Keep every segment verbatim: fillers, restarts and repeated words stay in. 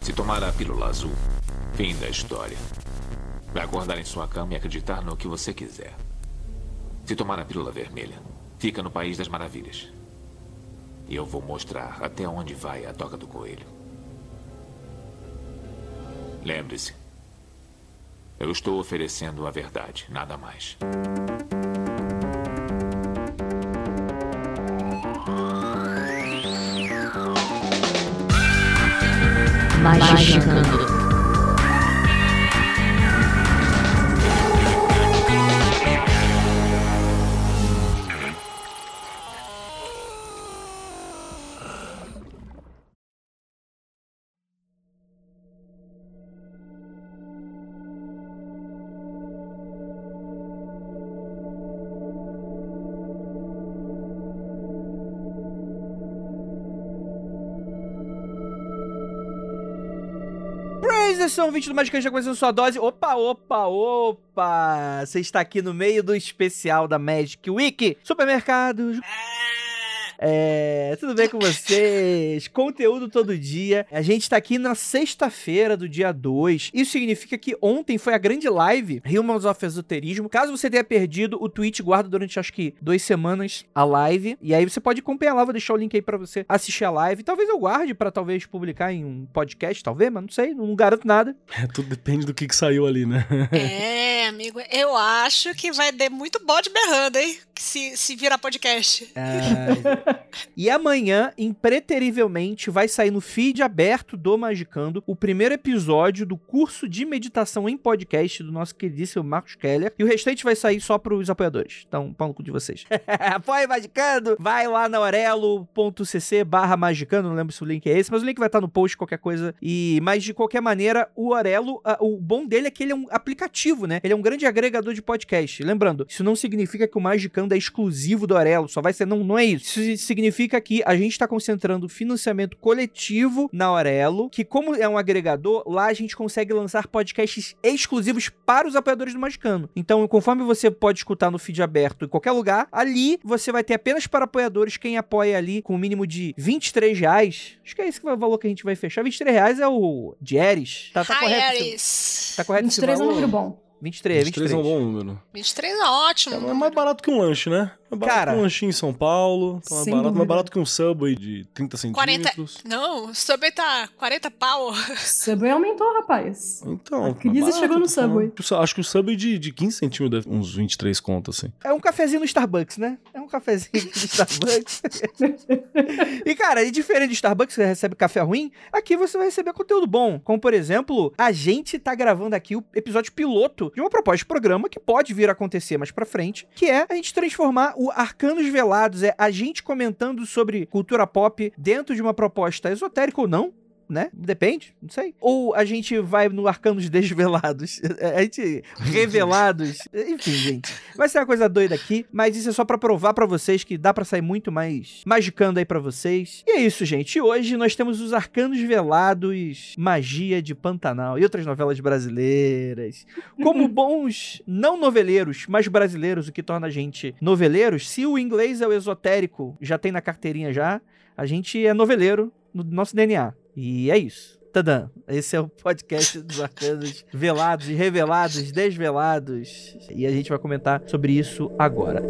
Se tomar a pílula azul, fim da história. Vai acordar em sua cama e acreditar no que você quiser. Se tomar a pílula vermelha, fica no País das Maravilhas. E eu vou mostrar até onde vai a toca do coelho. Lembre-se, eu estou oferecendo a verdade, nada mais. Magicando. Esse é um vídeo do Magicando, já começando sua dose. Opa, opa, opa! Você está aqui no meio do especial da Magic Week. Supermercados. É, tudo bem com vocês? Conteúdo todo dia. A gente tá aqui na sexta-feira do dia dois. Isso significa que ontem foi a grande live Humans of Esoterismo. Caso você tenha perdido, o Twitch guarda durante acho que duas semanas a live. E aí você pode acompanhar lá, vou deixar o link aí pra você assistir a live. Talvez eu guarde pra talvez publicar em um podcast, talvez, mas não sei, não garanto nada. É, tudo depende do que, que saiu ali, né? É, amigo, eu acho que vai ter muito bode berrando, hein? Se, se virar podcast. Ah, e amanhã, impreterivelmente, vai sair no feed aberto do Magicando o primeiro episódio do curso de meditação em podcast do nosso queridíssimo Marcos Keller. E o restante vai sair só pros apoiadores. Então, pau no cu de vocês. Apoia Magicando! Vai lá na orelo.cc barra Magicando. Não lembro se o link é esse, mas o link vai estar no post, qualquer coisa. E, mas, de qualquer maneira, o Orelo, a, o bom dele é que ele é um aplicativo, né? Ele é um grande agregador de podcast. Lembrando, isso não significa que o Magicando é exclusivo do Orelo. Só vai ser... Não, não é isso. Isso significa que a gente está concentrando financiamento coletivo na Orelo, que como é um agregador, lá a gente consegue lançar podcasts exclusivos para os apoiadores do Magicando. Então, conforme você pode escutar no feed aberto em qualquer lugar, ali você vai ter apenas para apoiadores quem apoia ali com o mínimo de vinte e três reais. Acho que é esse que é o valor que a gente vai fechar. vinte e três reais é o de Ares. Tá, tá Hi, correto? Ares. Tá correto vinte e três é um número bom. vinte e três, vinte e três é um bom número. vinte e três é ótimo. É mais barato que um lanche, né? É mais barato Cara, que um lanchinho em São Paulo. Tá mais, sem barato, dúvida. mais barato que um Subway de trinta quarenta. centímetros. Não, o Subway tá quarenta pau. Subway aumentou, rapaz. Então, A crise mais barato, chegou no tô falando. Subway. Acho que o Subway de, de quinze centímetros deve uns vinte e três contas, assim. é um cafezinho no Starbucks, né? É um cafezinho no Starbucks. E, cara, e diferente do Starbucks, que você recebe café ruim, aqui você vai receber conteúdo bom. Como, por exemplo, a gente tá gravando aqui o episódio piloto de uma proposta de programa que pode vir a acontecer mais pra frente, que é a gente transformar o Arcanos Velados, é a gente comentando sobre cultura pop dentro de uma proposta esotérica ou não, né? Depende, não sei. Ou a gente vai no Arcanos Desvelados, a gente revelados, enfim, gente. Vai ser uma coisa doida aqui, mas isso é só pra provar pra vocês que dá pra sair muito mais magicando aí pra vocês. E é isso, gente. E hoje nós temos os Arcanos Velados, Magia de Pantanal e outras novelas brasileiras. Como bons não noveleiros, mas brasileiros, o que torna a gente noveleiros, se o inglês é o esotérico, já tem na carteirinha já, a gente é noveleiro no nosso D N A. E é isso. Tadã. Esse é o podcast dos Arcanos Velados, Revelados, Desvelados. E a gente vai comentar sobre isso agora.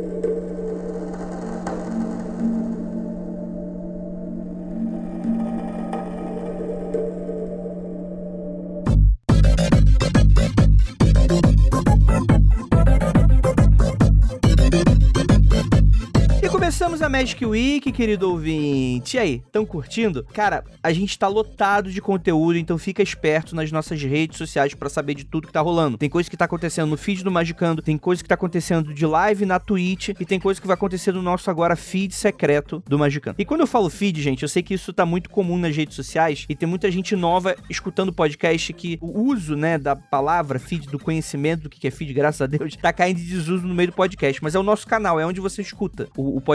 Começamos a Magic Week, querido ouvinte. E aí, tão curtindo? Cara, a gente tá lotado de conteúdo, então fica esperto nas nossas redes sociais pra saber de tudo que tá rolando. Tem coisa que tá acontecendo no feed do Magicando, tem coisa que tá acontecendo de live na Twitch, e tem coisa que vai acontecer no nosso agora feed secreto do Magicando. E quando eu falo feed, gente, eu sei que isso tá muito comum nas redes sociais, e tem muita gente nova escutando podcast que o uso, né, da palavra feed, do conhecimento do que é feed, graças a Deus, tá caindo de desuso no meio do podcast. Mas é o nosso canal, é onde você escuta o, o podcast, tá?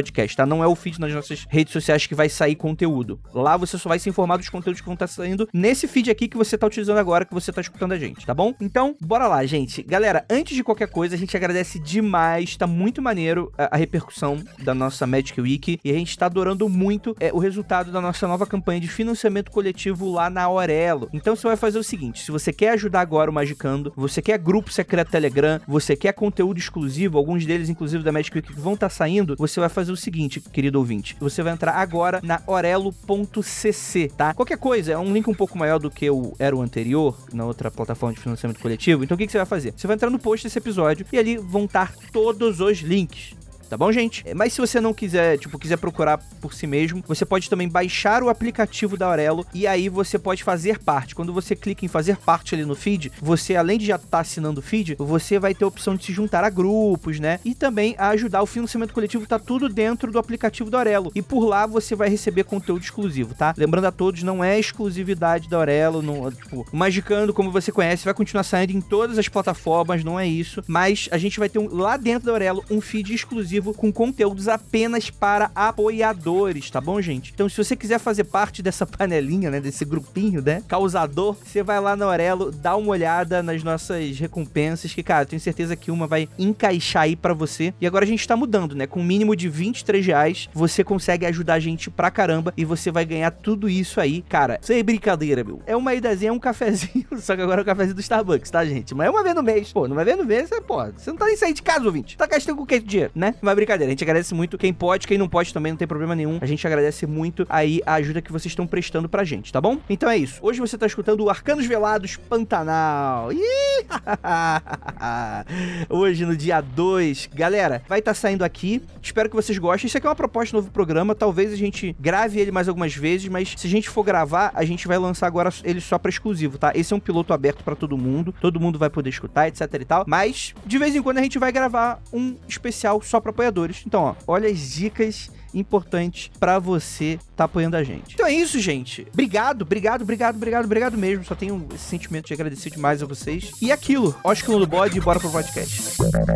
tá? Não é o feed nas nossas redes sociais que vai sair conteúdo. Lá você só vai se informar dos conteúdos que vão estar saindo nesse feed aqui que você tá utilizando agora, que você tá escutando a gente, tá bom? Então, bora lá, gente. Galera, antes de qualquer coisa, a gente agradece demais, tá muito maneiro a, a repercussão da nossa Magic Week e a gente tá adorando muito é, o resultado da nossa nova campanha de financiamento coletivo lá na Aurelo. Então você vai fazer o seguinte, se você quer ajudar agora o Magicando, você quer grupo secreto Telegram, você quer conteúdo exclusivo, alguns deles inclusive da Magic Week que vão estar tá saindo, você vai fazer o seguinte, querido ouvinte, você vai entrar agora na aurelo ponto c c, tá? Qualquer coisa, é um link um pouco maior do que o, era o anterior, na outra plataforma de financiamento coletivo, então o que, que você vai fazer? Você vai entrar no post desse episódio e ali vão estar todos os links. Tá bom, gente? Mas se você não quiser, tipo, quiser procurar por si mesmo, você pode também baixar o aplicativo da Aurelo e aí você pode fazer parte. Quando você clica em fazer parte ali no feed, você, além de já estar tá assinando o feed, você vai ter a opção de se juntar a grupos, né? E também a ajudar o financiamento coletivo, tá tudo dentro do aplicativo da Aurelo. E por lá você vai receber conteúdo exclusivo, tá? Lembrando a todos, não é exclusividade da Aurelo, não, tipo, o Magicando, como você conhece, vai continuar saindo em todas as plataformas, não é isso. Mas a gente vai ter um, lá dentro da Aurelo um feed exclusivo com conteúdos apenas para apoiadores, tá bom, gente? Então, se você quiser fazer parte dessa panelinha, né, desse grupinho, né, causador, você vai lá na Aurelo, dá uma olhada nas nossas recompensas, que, cara, tenho certeza que uma vai encaixar aí pra você. E agora a gente tá mudando, né, com um mínimo de vinte e três reais, você consegue ajudar a gente pra caramba e você vai ganhar tudo isso aí, cara, sem brincadeira, meu. É uma idazinha, é um cafezinho, só que agora é o cafezinho do Starbucks, tá, gente? Mas é uma vez no mês. Pô, não vai ver no mês, você, pô, você não tá nem saindo de casa, ouvinte. Tá gastando com o que de dinheiro, né? Mas brincadeira, a gente agradece muito quem pode, quem não pode também, não tem problema nenhum. A gente agradece muito aí a ajuda que vocês estão prestando pra gente, tá bom? Então é isso. Hoje você tá escutando o Arcanos Velados Pantanal. Ih! Hoje, no dia dois. Galera, vai estar tá saindo aqui. Espero que vocês gostem. Isso aqui é uma proposta de novo programa. Talvez a gente grave ele mais algumas vezes, mas se a gente for gravar, a gente vai lançar agora ele só pra exclusivo, tá? Esse é um piloto aberto pra todo mundo. Todo mundo vai poder escutar, etc e tal. Mas, de vez em quando, a gente vai gravar um especial só pra apoiadores. Então, ó, olha as dicas importantes pra você tá apoiando a gente. Então é isso, gente. Obrigado, obrigado, obrigado, obrigado, obrigado mesmo. Só tenho esse sentimento de agradecer demais a vocês. E aquilo, ósculo do bode e bora pro podcast.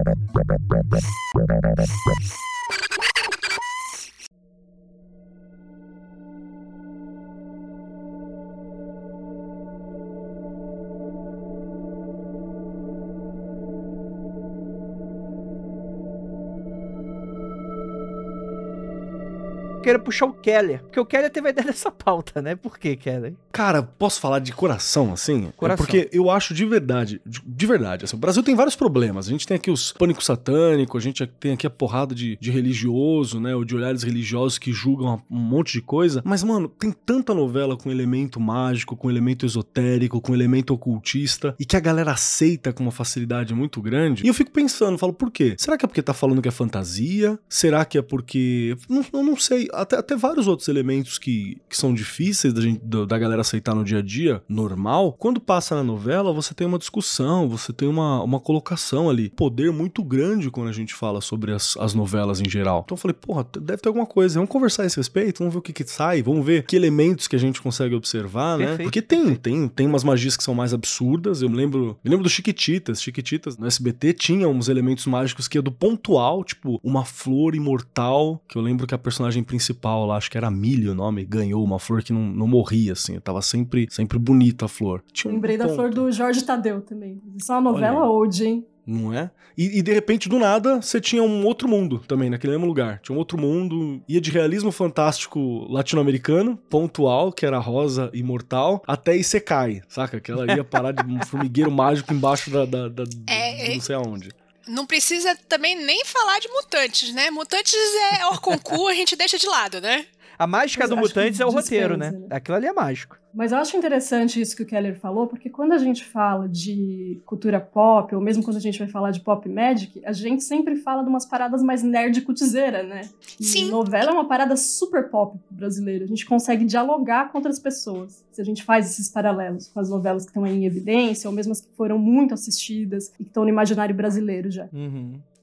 Quero puxar o Keller, porque o Keller teve a ideia dessa pauta, né? Por que, Keller? Cara, posso falar de coração, assim? Coração. É porque eu acho de verdade, de, de verdade, assim, o Brasil tem vários problemas. A gente tem aqui os pânico satânico, a gente tem aqui a porrada de, de religioso, né? Ou de olhares religiosos que julgam um monte de coisa. Mas, mano, tem tanta novela com elemento mágico, com elemento esotérico, com elemento ocultista, e que a galera aceita com uma facilidade muito grande. E eu fico pensando, falo, por quê? Será que é porque tá falando que é fantasia? Será que é porque... Não, eu não sei. Até, até vários outros elementos que, que são difíceis da, gente, da galera aceitar no dia a dia, normal. Quando passa na novela, você tem uma discussão, você tem uma, uma colocação ali. Poder muito grande quando a gente fala sobre as, as novelas em geral. Então eu falei, porra, deve ter alguma coisa. Vamos conversar a esse respeito, vamos ver o que que sai, vamos ver que elementos que a gente consegue observar, perfeito, né? Porque tem, tem, tem umas magias que são mais absurdas. Eu me lembro, me lembro do Chiquititas. Chiquititas no S B T tinha uns elementos mágicos que é do pontual, tipo uma flor imortal, que eu lembro que a personagem principal lá, acho que era Millie o nome, ganhou uma flor que não, não morria, assim, tava sempre, sempre bonita a flor. Tinha um Lembrei ponto. da flor do Jorge Tadeu também. Isso é uma novela old, hein? Não é? E, e de repente, do nada, você tinha um outro mundo também, naquele mesmo lugar. Tinha um outro mundo, ia de realismo fantástico latino-americano, pontual, que era rosa imortal, até Isekai, saca? Que ela ia parar de um formigueiro mágico embaixo da, da, da É, de não sei aonde. Não precisa também nem falar de mutantes, né? Mutantes é Orconcu, a gente deixa de lado, né? A mágica Mas do acho que Mutantes é o roteiro, né? dispensa, né? Aquilo ali é mágico. Mas eu acho interessante isso que o Keller falou, porque quando a gente fala de cultura pop, ou mesmo quando a gente vai falar de pop magic, a gente sempre fala de umas paradas mais nerd cutizeira, né? E Sim. novela é uma parada super pop brasileira. A gente consegue dialogar com outras pessoas. Se a gente faz esses paralelos com as novelas que estão aí em evidência, ou mesmo as que foram muito assistidas e que estão no imaginário brasileiro já. Uhum.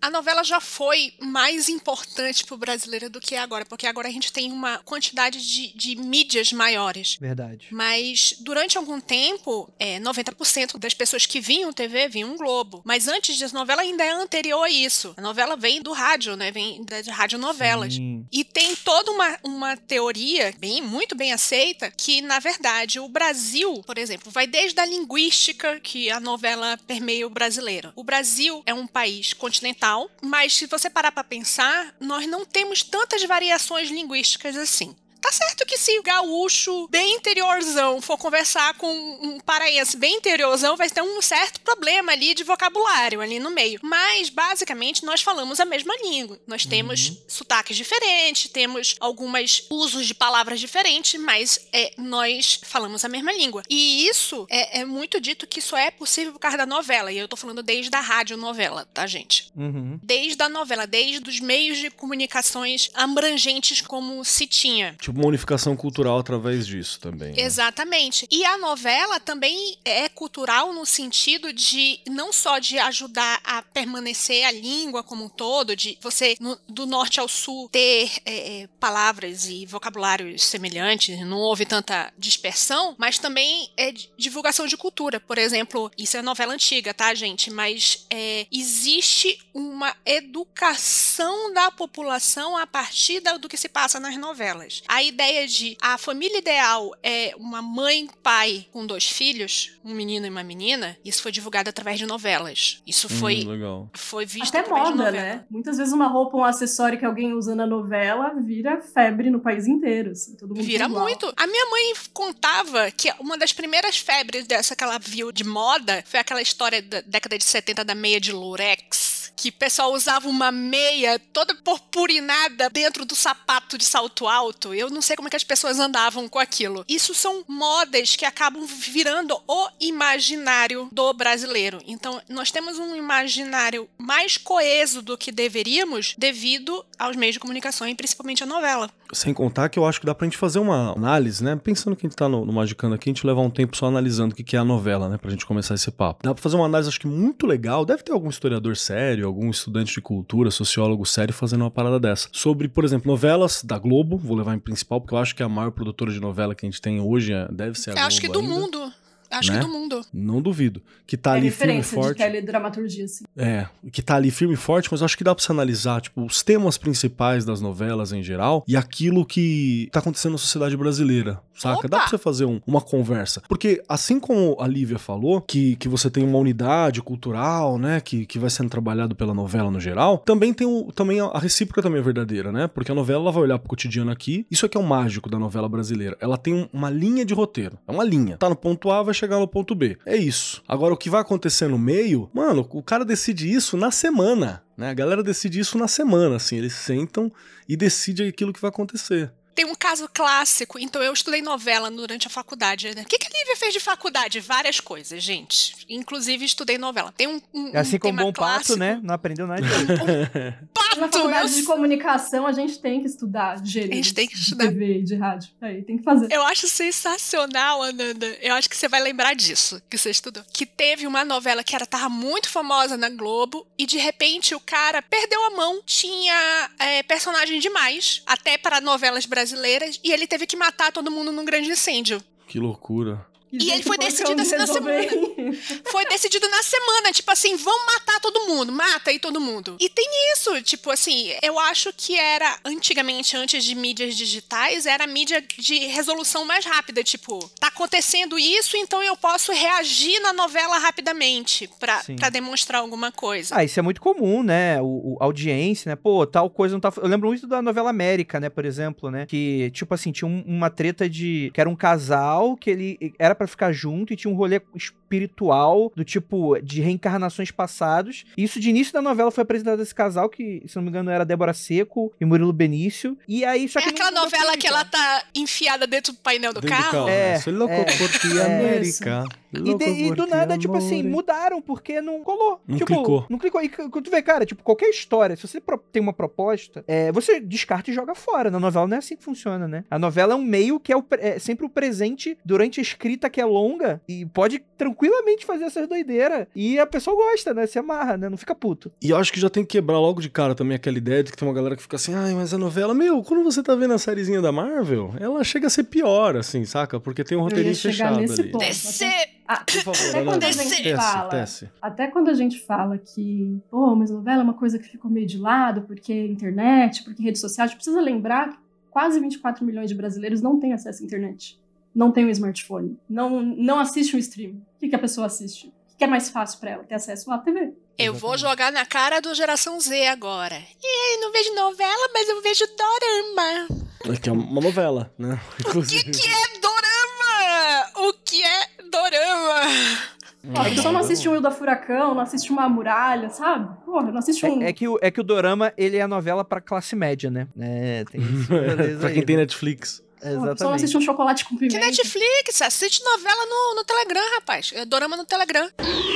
a novela já foi mais importante pro brasileiro do que é agora, porque agora a gente tem uma quantidade de, de mídias maiores. Verdade. Mas durante algum tempo, é, noventa por cento das pessoas que vinham T V vinham Globo. Mas antes disso, a novela ainda é anterior a isso. A novela vem do rádio, né? Vem das radionovelas. Sim. E tem toda uma, uma teoria, bem, muito bem aceita, que, na verdade, o Brasil, por exemplo, vai desde a linguística que a novela permeia o brasileiro. O Brasil é um país continental, mas se você parar pra pensar, nós não temos tantas variações linguísticas assim. Tá certo que se o gaúcho bem interiorzão for conversar com um paraense bem interiorzão, vai ter um certo problema ali de vocabulário ali no meio. Mas, basicamente, nós falamos a mesma língua. Nós temos uhum. sotaques diferentes, temos alguns usos de palavras diferentes, mas é, nós falamos a mesma língua. E isso é, é muito dito que isso é possível por causa da novela. E eu tô falando desde a radionovela, tá, gente? Uhum. Desde a novela, desde os meios de comunicações abrangentes como se tinha. Tipo, uma unificação cultural através disso também. Né? Exatamente. E a novela também é cultural no sentido de não só de ajudar a permanecer a língua como um todo, de você, no, do norte ao sul, ter é, palavras e vocabulários semelhantes, não houve tanta dispersão, mas também é divulgação de cultura. Por exemplo, isso é novela antiga, tá, gente? Mas é, existe uma educação da população a partir do que se passa nas novelas. A ideia de a família ideal é uma mãe, pai com dois filhos, um menino e uma menina, isso foi divulgado através de novelas. Isso foi, hum, legal. foi visto até através moda, de novela. Né? Muitas vezes uma roupa, um acessório que alguém usa na novela vira febre no país inteiro. Assim, todo mundo vira igual. muito. A minha mãe contava que uma das primeiras febres dessa que ela viu de moda foi aquela história da década de setenta da meia de lurex, que o pessoal usava uma meia toda purpurinada dentro do sapato de salto alto. Eu não sei como é que as pessoas andavam com aquilo. Isso são modas que acabam virando o imaginário do brasileiro. Então, nós temos um imaginário mais coeso do que deveríamos devido aos meios de comunicação e principalmente a novela. Sem contar que eu acho que dá pra gente fazer uma análise, né? Pensando que a gente tá no, no Magicando aqui, a gente levar um tempo só analisando o que, que é a novela, né? Pra gente começar esse papo. Dá pra fazer uma análise, acho que muito legal. Deve ter algum historiador sério, algum estudante de cultura, sociólogo sério fazendo uma parada dessa. Sobre, por exemplo, novelas da Globo, vou levar em principal, porque eu acho que a maior produtora de novela que a gente tem hoje deve ser a eu Globo acho que do ainda. mundo. Acho né? que do mundo. Não duvido. Que tá é ali firme e referência forte. de teledramaturgia, assim. É, que tá ali firme e forte, mas eu acho que dá pra você analisar, tipo, os temas principais das novelas em geral e aquilo que tá acontecendo na sociedade brasileira, saca? Opa! Dá pra você fazer um, uma conversa. Porque, assim como a Lívia falou, que, que você tem uma unidade cultural, né, que, que vai sendo trabalhado pela novela no geral, também tem o, também a, a recíproca também é verdadeira, né? Porque a novela ela vai olhar pro cotidiano aqui, isso aqui é o mágico da novela brasileira. Ela tem um, uma linha de roteiro, é uma linha. Tá no ponto A, vai chegar no ponto B. É isso. Agora, o que vai acontecer no meio, mano, o cara decide isso na semana, né? A galera decide isso na semana, assim, eles sentam e decidem aquilo que vai acontecer. Tem um caso clássico, então eu estudei novela durante a faculdade, né? O que, que a Lívia fez de faculdade? Várias coisas, gente. Inclusive, estudei novela. Tem um, um É assim um como um bom clássico. pato, né? Não aprendeu nada. Pato! Na faculdade eu... de comunicação, a gente tem que estudar gêneros A gente tem que de estudar. T V e de rádio. Aí, tem que fazer. Eu acho sensacional, Ananda. Eu acho que você vai lembrar disso, que você estudou. Que teve uma novela que era, tava muito famosa na Globo e, de repente, o cara perdeu a mão. Tinha é, personagem demais, até para novelas brasileiras, e ele teve que matar todo mundo num grande incêndio. Que loucura. E ele foi decidido assim na semana. Foi decidido na semana, tipo assim, vamos matar todo mundo, mata aí todo mundo. E tem isso, tipo assim, eu acho que era, antigamente, antes de mídias digitais, era a mídia de resolução mais rápida, tipo, tá acontecendo isso, então eu posso reagir na novela rapidamente pra, pra demonstrar alguma coisa. Ah, isso é muito comum, né, o, o audiência, né, pô, tal coisa não tá... Eu lembro muito da novela América, né, por exemplo, né, que, tipo assim, tinha um, uma treta de... que era um casal, que ele era pra ficar junto e tinha um rolê espiritual do tipo de reencarnações passadas. Isso de início da novela foi apresentado esse casal que, se não me engano, era Débora Seco e Murilo Benício. E aí só que é aquela não, não novela foi, que ela tá enfiada dentro do painel do Dentro carro. do carro, É, né? Soy louco é, por ti, é. América. E, de, e do nada, tipo assim, mudaram porque não colou. Não tipo, clicou. Não clicou. E quando tu vê, cara, tipo, qualquer história, se você tem uma proposta, é, você descarta e joga fora. Na novela não é assim que funciona, né? A novela é um meio que é, o, é sempre o presente durante a escrita que é longa e pode tranquilamente fazer essas doideiras. E a pessoa gosta, né? Se amarra, né? Não fica puto. E eu acho que já tem que quebrar logo de cara também aquela ideia de que tem uma galera que fica assim, ai, mas a novela, meu, quando você tá vendo a sériezinha da Marvel, ela chega a ser pior, assim, saca? Porque tem um roteirinho fechado ali. Ponto. Descer! Ah, Por favor, até quando a gente desce, fala, desce. até quando a gente fala que, pô, mas novela é uma coisa que ficou meio de lado, porque internet, porque rede social, a gente precisa lembrar que quase vinte e quatro milhões de brasileiros não têm acesso à internet, não têm um smartphone, não, não assistem um stream. O que, que a pessoa assiste? O que é mais fácil pra ela? Ter acesso à T V. Eu Exatamente. Vou jogar na cara do Geração Z agora. E aí, não vejo novela, mas eu vejo dorama. É que é uma novela, né? Inclusive. O que, que é dorama? O que é dorama? A pessoa não assiste um Wilda Furacão, não assiste uma Muralha, sabe? Porra, não assiste um... É, é, que, o, é que o dorama, ele é a novela pra classe média, né? É, tem isso. Pra quem tem Netflix. Exatamente. A pessoa não assiste um Chocolate com Pimenta. Que Netflix? Assiste novela no, no Telegram, rapaz. É dorama no Telegram.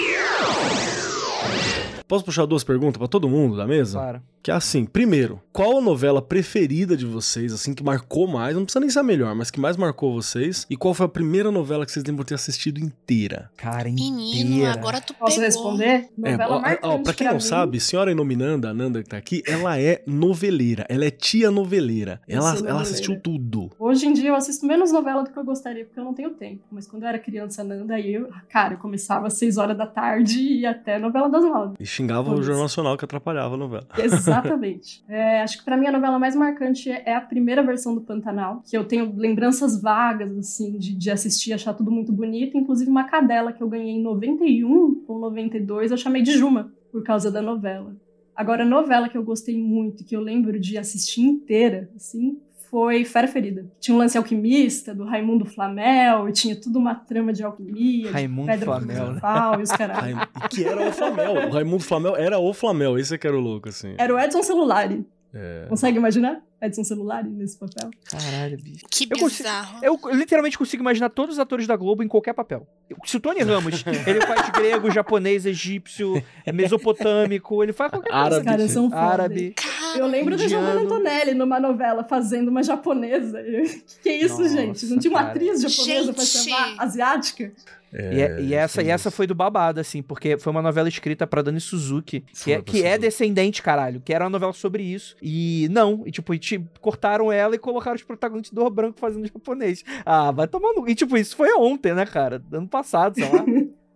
Posso puxar duas perguntas pra todo mundo da mesa? Claro. Que é assim, primeiro, qual a novela preferida de vocês, assim, que marcou mais, não precisa nem ser a melhor, mas que mais marcou vocês? E qual foi a primeira novela que vocês lembram de ter assistido inteira? Cara, inteira. Menino, agora tu Posso pegou. responder? Novela é, marcante ó, pra quem pra não mim. sabe, senhora Inominanda, a Nanda que tá aqui, ela é noveleira, ela é tia noveleira. Ela, ela noveleira. assistiu tudo. Hoje em dia eu assisto menos novela do que eu gostaria, porque eu não tenho tempo. Mas quando eu era criança, Nanda, aí eu, cara, eu começava às seis horas da tarde e ia até novela das nove. E xingava Por o Jornal isso. Nacional que atrapalhava a novela. Exatamente. É, acho que pra mim a novela mais marcante é a primeira versão do Pantanal, que eu tenho lembranças vagas, assim, de, de assistir e achar tudo muito bonito. Inclusive uma cadela que eu ganhei em noventa e um ou noventa e dois, eu chamei de Juma, por causa da novela. Agora, a novela que eu gostei muito, que eu lembro de assistir inteira, assim, foi Fera Ferida. Tinha um lance alquimista, do Raimundo Flamel, e tinha tudo uma trama de alquimia, Raimundo de pedra Flamel, filosofal, né? E os caralho. Raim- E que era o Flamel. O Raimundo Flamel era o Flamel, esse é que era o louco, assim. Era o Edson Celulari. É. Consegue imaginar? Edson Celulari nesse papel? Caralho, bicho. Que Eu consigo- bizarro. Eu literalmente consigo imaginar todos os atores da Globo em qualquer papel. Se o Tony Ramos, ele faz grego, japonês, egípcio, é mesopotâmico, ele faz qualquer coisa. Árabe. Os caras são foda. Árabe. Cara, Eu lembro da indiano. Giovanna Antonelli numa novela fazendo uma japonesa. Que que é isso, Nossa, gente? Não tinha uma cara. atriz japonesa pra Gente. chamar asiática? É, E, é- e essa, foi e essa isso. foi do babado, assim, porque foi uma novela escrita pra Dani Suzuki, que, Foi é, pra que é Suzuki. descendente, caralho, que era uma novela sobre isso. E não, e tipo, e, ti- cortaram ela e colocaram os protagonistas do branco fazendo japonês. Ah, vai tomar no... E tipo, isso foi ontem, né, cara? Ano passado, sei lá.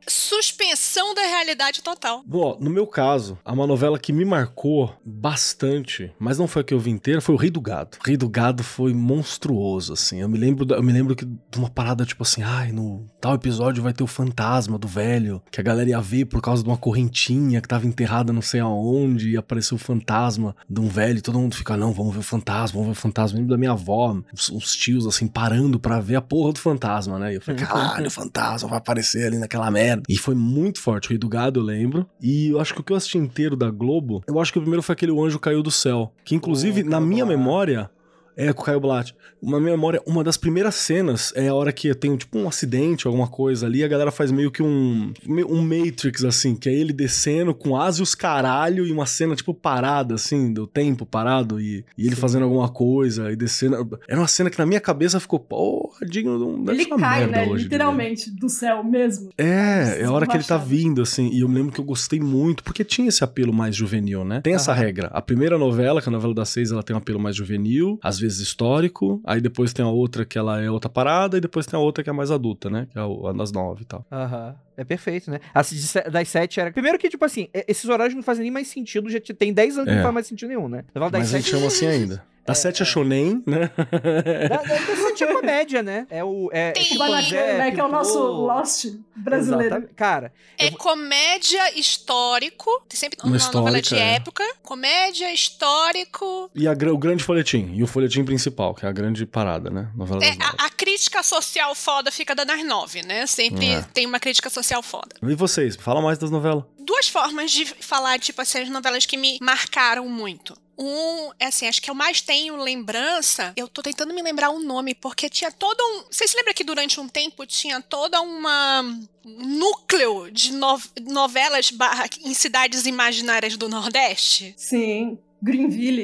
suspensão da realidade total. Bom, ó, no meu caso, uma novela que me marcou bastante, mas não foi a que eu vi inteira, foi o Rei do Gado. O Rei do Gado foi monstruoso, assim. Eu me lembro, da- eu me lembro que de uma parada tipo assim, ai, no tal episódio vai ter o fantasma do velho, que a galera ia ver por causa de uma correntinha que tava enterrada não sei aonde, e apareceu o fantasma de um velho, e todo mundo fica, não, vamos ver o fantasma, vamos ver o fantasma. Eu lembro da minha avó, os, os tios, assim, parando pra ver a porra do fantasma, né? E eu falei, caralho, o fantasma vai aparecer ali naquela merda. E foi muito forte, o Rei do Gado, eu lembro. E eu acho que o que eu assisti inteiro da Globo, eu acho que o primeiro foi aquele O Anjo Caiu do Céu, que inclusive, Oh, na minha Blatt. memória, é, com o Caio Blatt. Uma memória, uma das primeiras cenas é a hora que tem tipo um acidente, alguma coisa ali, a galera faz meio que um um Matrix, assim, que é ele descendo com asa e os caralho, e uma cena tipo parada, assim, do tempo parado, e, e ele Sim. fazendo alguma coisa, e descendo. Era uma cena que na minha cabeça ficou, porra, digno de um... deve Ele ser uma cai, merda né? hoje, Literalmente, do céu mesmo. é, é a hora que ele tá Machado. vindo, assim, e eu me lembro que eu gostei muito, porque tinha esse apelo mais juvenil, né? Tem essa Aham. regra. A primeira novela, que é a novela das seis, ela tem um apelo mais juvenil, às vezes histórico, aí depois tem a outra que ela é outra parada, e depois tem a outra que é mais adulta, né? Que é a a das nove e tal. Aham. É perfeito, né? A de se- das sete era... Primeiro que, tipo assim, é- esses horários não fazem nem mais sentido, já te- tem dez anos que É. não faz mais sentido nenhum, né? Novela das Mas a gente sete... chama assim ainda. A sete é shonen, né? Da, da, da sete é comédia, né? É o... É, Tem é Kubanacan, né? Que é o nosso Pitbull. Lost brasileiro. Exatamente. Cara, É eu- comédia histórico, tem sempre Uma uma, novela de histórica, é. época, comédia, histórico. E a gra- o grande folhetim, e o folhetim principal, que é a grande parada, né? Novela É, das nove. a, a crítica social foda fica dando às nove, né? Sempre É. tem uma crítica social foda. E vocês? Fala mais das novelas. Duas formas de falar, tipo assim, as novelas que me marcaram muito. Um, é assim, acho que eu mais tenho lembrança, eu tô tentando me lembrar o nome, porque tinha todo um... Vocês se lembram que durante um tempo tinha toda uma... um núcleo de no- novelas barra, em cidades imaginárias do Nordeste? Sim. Greenville.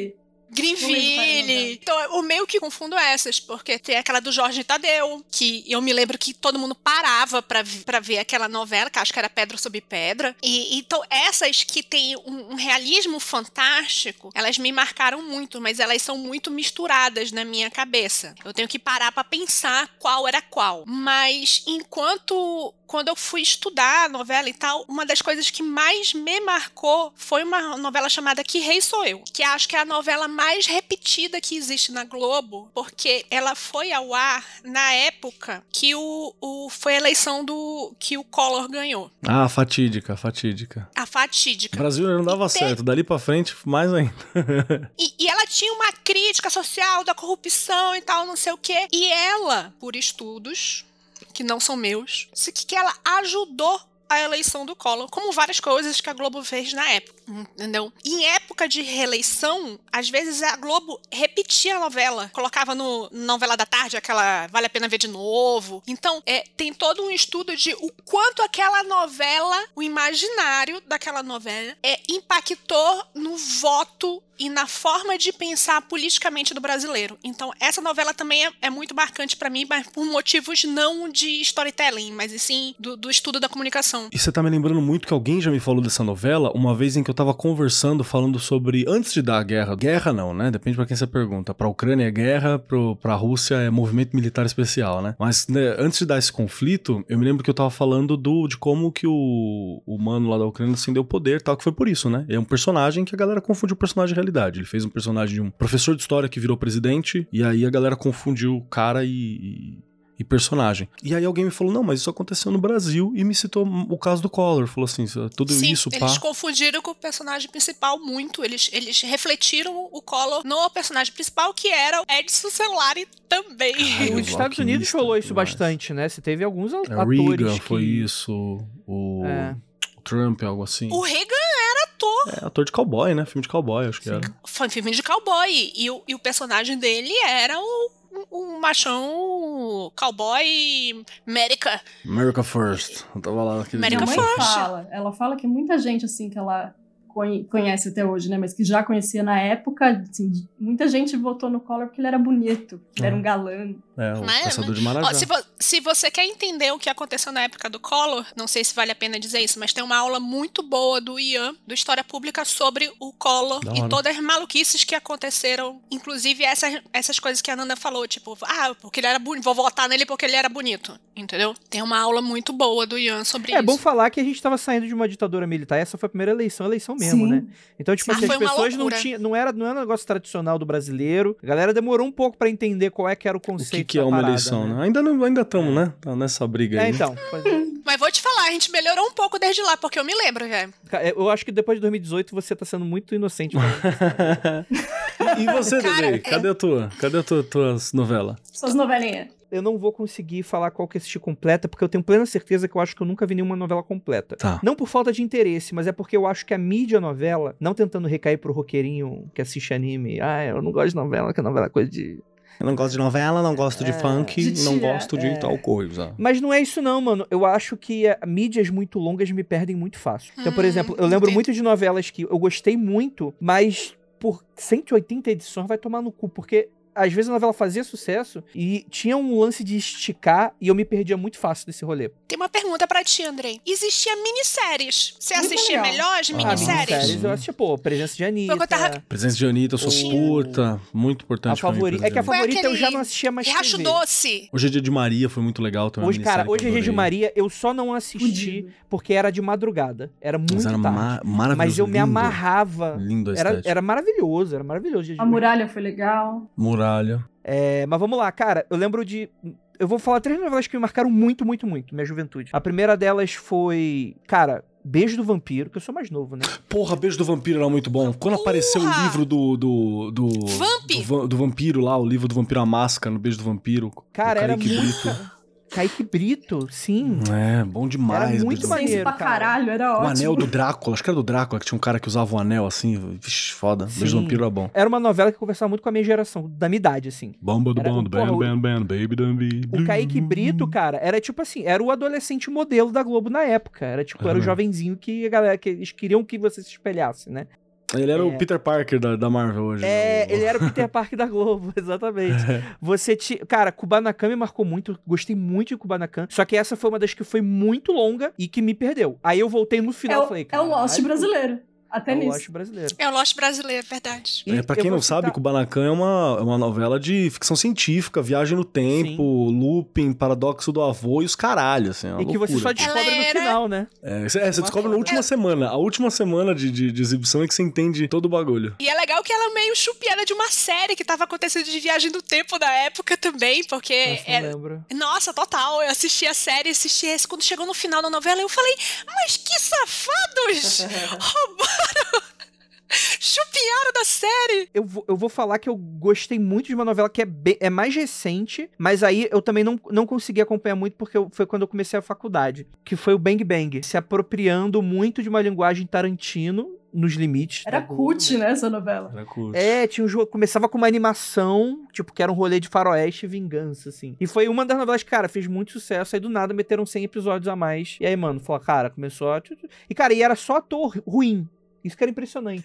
Greenville. Então, eu meio que confundo essas, porque tem aquela do Jorge Tadeu, que eu me lembro que todo mundo parava pra, pra ver aquela novela, que acho que era Pedra sobre Pedra. E então, essas que tem um, um realismo fantástico, elas me marcaram muito, mas elas são muito misturadas na minha cabeça. Eu tenho que parar pra pensar qual era qual. Mas, enquanto... Quando eu fui estudar a novela e tal, uma das coisas que mais me marcou foi uma novela chamada Que Rei Sou Eu, que acho que é a novela mais repetida que existe na Globo, porque ela foi ao ar na época que o, o, foi a eleição do que o Collor ganhou. Ah, fatídica, fatídica. A fatídica. O Brasil não dava te... certo, dali pra frente, mais ainda. e, e ela tinha uma crítica social da corrupção e tal, não sei o quê. E ela, por estudos... que não são meus, que ela ajudou a eleição do Collor, como várias coisas que a Globo fez na época, entendeu? Em época de reeleição, às vezes a Globo repetia a novela, colocava no novela da tarde, aquela Vale a Pena Ver de Novo. Então, é, tem todo um estudo de o quanto aquela novela, o imaginário daquela novela, é, impactou no voto e na forma de pensar politicamente do brasileiro. Então, essa novela também é, é muito marcante pra mim, mas por motivos não de storytelling, mas sim do, do estudo da comunicação. E você tá me lembrando muito que alguém já me falou dessa novela, uma vez em que eu tava conversando, falando sobre, antes de dar a guerra, guerra não, né? Depende pra quem você pergunta. Pra Ucrânia é guerra, pro, pra Rússia é movimento militar especial, né? Mas, né, antes de dar esse conflito, eu me lembro que eu tava falando do, de como que o, o mano lá da Ucrânia acendeu o poder, tal, que foi por isso, né? É um personagem que a galera confunde o personagem de realidade. Ele fez um personagem de um professor de história que virou presidente, e aí a galera confundiu cara e, e, e personagem. E aí alguém me falou, não, mas isso aconteceu no Brasil, e me citou o caso do Collor. Falou assim, tudo Sim, isso, pá... eles confundiram com o personagem principal muito. Eles, eles refletiram o Collor no personagem principal, que era o Edson Celari também. Ai, os Estados Unidos falou isso demais. Bastante, né? Você teve alguns é, atores Reagan que... foi isso, o... É. Trump, algo assim. O Reagan era ator. É, ator de cowboy, né? Filme de cowboy, acho que Sim. era. Foi um filme de cowboy. E o, e o personagem dele era o, o, o machão cowboy America. America First. Eu tava lá naquele America Minha mãe First. Fala, ela fala que muita gente, assim, que ela conhece até hoje, né? Mas que já conhecia na época, assim, muita gente votou no Collor porque ele era bonito, que ele era um galã. É, o mas, caçador mas, de Marajá. Ó, se, vo, se você quer entender o que aconteceu na época do Collor, não sei se vale a pena dizer isso, mas tem uma aula muito boa do Ian, do História Pública, sobre o Collor e todas as maluquices que aconteceram, inclusive essas, essas coisas que a Nanda falou, tipo, ah, porque ele era bonito, vou votar nele porque ele era bonito, entendeu? Tem uma aula muito boa do Ian sobre é, isso. É bom falar que a gente tava saindo de uma ditadura militar, essa foi a primeira eleição, eleição mesmo, Sim. né? Então, tipo ah, assim, as pessoas não tinham, não era, não era um negócio tradicional do brasileiro, a galera demorou um pouco pra entender qual é que era o conceito. O que, que é uma parada, eleição, né? né? Ainda não, ainda estamos, né? Tá nessa briga aí. É, então. Mas vou te falar, a gente melhorou um pouco desde lá, porque eu me lembro, velho. Eu acho que depois de dois mil e dezoito você tá sendo muito inocente. E você, Dedê? Cadê a tua? Cadê a tua, tuas novelas? Suas novelinhas. Eu não vou conseguir falar qual que assisti completa, porque eu tenho plena certeza que eu acho que eu nunca vi nenhuma novela completa. Tá. Não por falta de interesse, mas é porque eu acho que a mídia novela, não tentando recair pro roqueirinho que assiste anime, ah, eu não gosto de novela, que novela é coisa de... Eu não gosto de novela, não gosto de é, funk, de não tia, gosto de é. tal coisa. Mas não é isso não, mano. Eu acho que a, mídias muito longas me perdem muito fácil. Então, por Hum, exemplo, eu lembro entendo. muito de novelas que eu gostei muito, mas por cento e oitenta edições vai tomar no cu, porque... Às vezes a novela fazia sucesso e tinha um lance de esticar e eu me perdia muito fácil desse rolê. Tem uma pergunta pra ti, Andrei. Existia minisséries. Você Muito assistia legal. melhor as Ah, minisséries? minisséries eu assistia, pô, Presença de Anitta. Porque eu tava- Presença de Anitta, eu sou O- puta, muito A importante pra mim. favorita. É que a Foi favorita eu aquele já não assistia mais Riacho T V. Doce. Hoje é Dia de Maria, foi muito legal também. Hoje, cara, hoje é Dia de Maria, eu só não assisti Fudido. porque era de madrugada. Era muito Mas era tarde. ma maravilhoso. Mas eu me lindo. amarrava. Lindo a Era, estética. era maravilhoso, era maravilhoso. Dia de A Maria. Muralha foi legal. Muralha. É, mas vamos lá, cara, eu lembro de... Eu vou falar três novelas que me marcaram muito, muito, muito, minha juventude. A primeira delas foi, cara, Beijo do Vampiro, que eu sou mais novo, né? Porra, Beijo do Vampiro era muito bom. Quando Porra! apareceu o livro do... do, do, Vamp! do, va- do vampiro lá, o livro do Vampiro à Máscara, no Beijo do Vampiro. Cara, do era Kaique muito... Brito. Kaique Brito, sim. É, bom demais. Era muito Beijo do maneiro. Senso pra cara. caralho, era O ótimo. anel do Drácula, acho que era do Drácula, que tinha um cara que usava um anel assim. Vixe, foda. Beijo do Sim. Vampiro era bom. Era uma novela que conversava muito com a minha geração, da minha idade, assim. Bomba do Era- bando, porra, band, o- band, band, baby dumbi. O Kaique Brito, cara, era tipo assim, era o adolescente modelo da Globo na época. Era tipo, era o Aham. jovenzinho que a galera, que eles queriam que você se espelhasse, né? Ele era É. o Peter Parker da, da Marvel hoje. É, né? ele era o Peter Parker da Globo, exatamente. Você tinha... Cara, Kubanacan me marcou muito, gostei muito de Kubanacan, só que essa foi uma das que foi muito longa e que me perdeu. Aí eu voltei no É final e o, falei... é o Lost "Caralho, brasileiro. Até É o nisso. Lost brasileiro. É o Lost brasileiro, verdade. E É, pra eu quem vou não sabe, citar- Kubanacan é uma, é uma novela de ficção científica, viagem no tempo, looping, paradoxo do avô e os caralhos, assim, é uma E que você só loucura. descobre Ela no era- final, né? É, você, é, você Uma descobre foda. na última semana. A última semana de, de, de exibição é que você entende todo o bagulho. E é legal que ela é meio chupiada de uma série que tava acontecendo de viagem do tempo da época também, porque Essa eu é... não lembro. Nossa, total. Eu assisti a série, assisti esse. Quando chegou no final da novela, eu falei, mas que safados! Roubaram! Chupiaram da série! Eu vou, eu vou falar que eu gostei muito de uma novela que é, bem- é mais recente, mas aí eu também não, não consegui acompanhar muito porque eu- foi quando eu comecei a faculdade, que foi o Bang Bang, se apropriando muito de uma linguagem Tarantino, nos limites. Era da Globo, cult, né, essa novela. Era curto. É, tinha um jogo, começava com uma animação, tipo, que era um rolê de faroeste e vingança, assim. E foi uma das novelas que, cara, fez muito sucesso, aí do nada meteram cem episódios a mais. E aí, mano, falou, cara, começou a... E, cara, e era só ator ruim. Isso que era impressionante.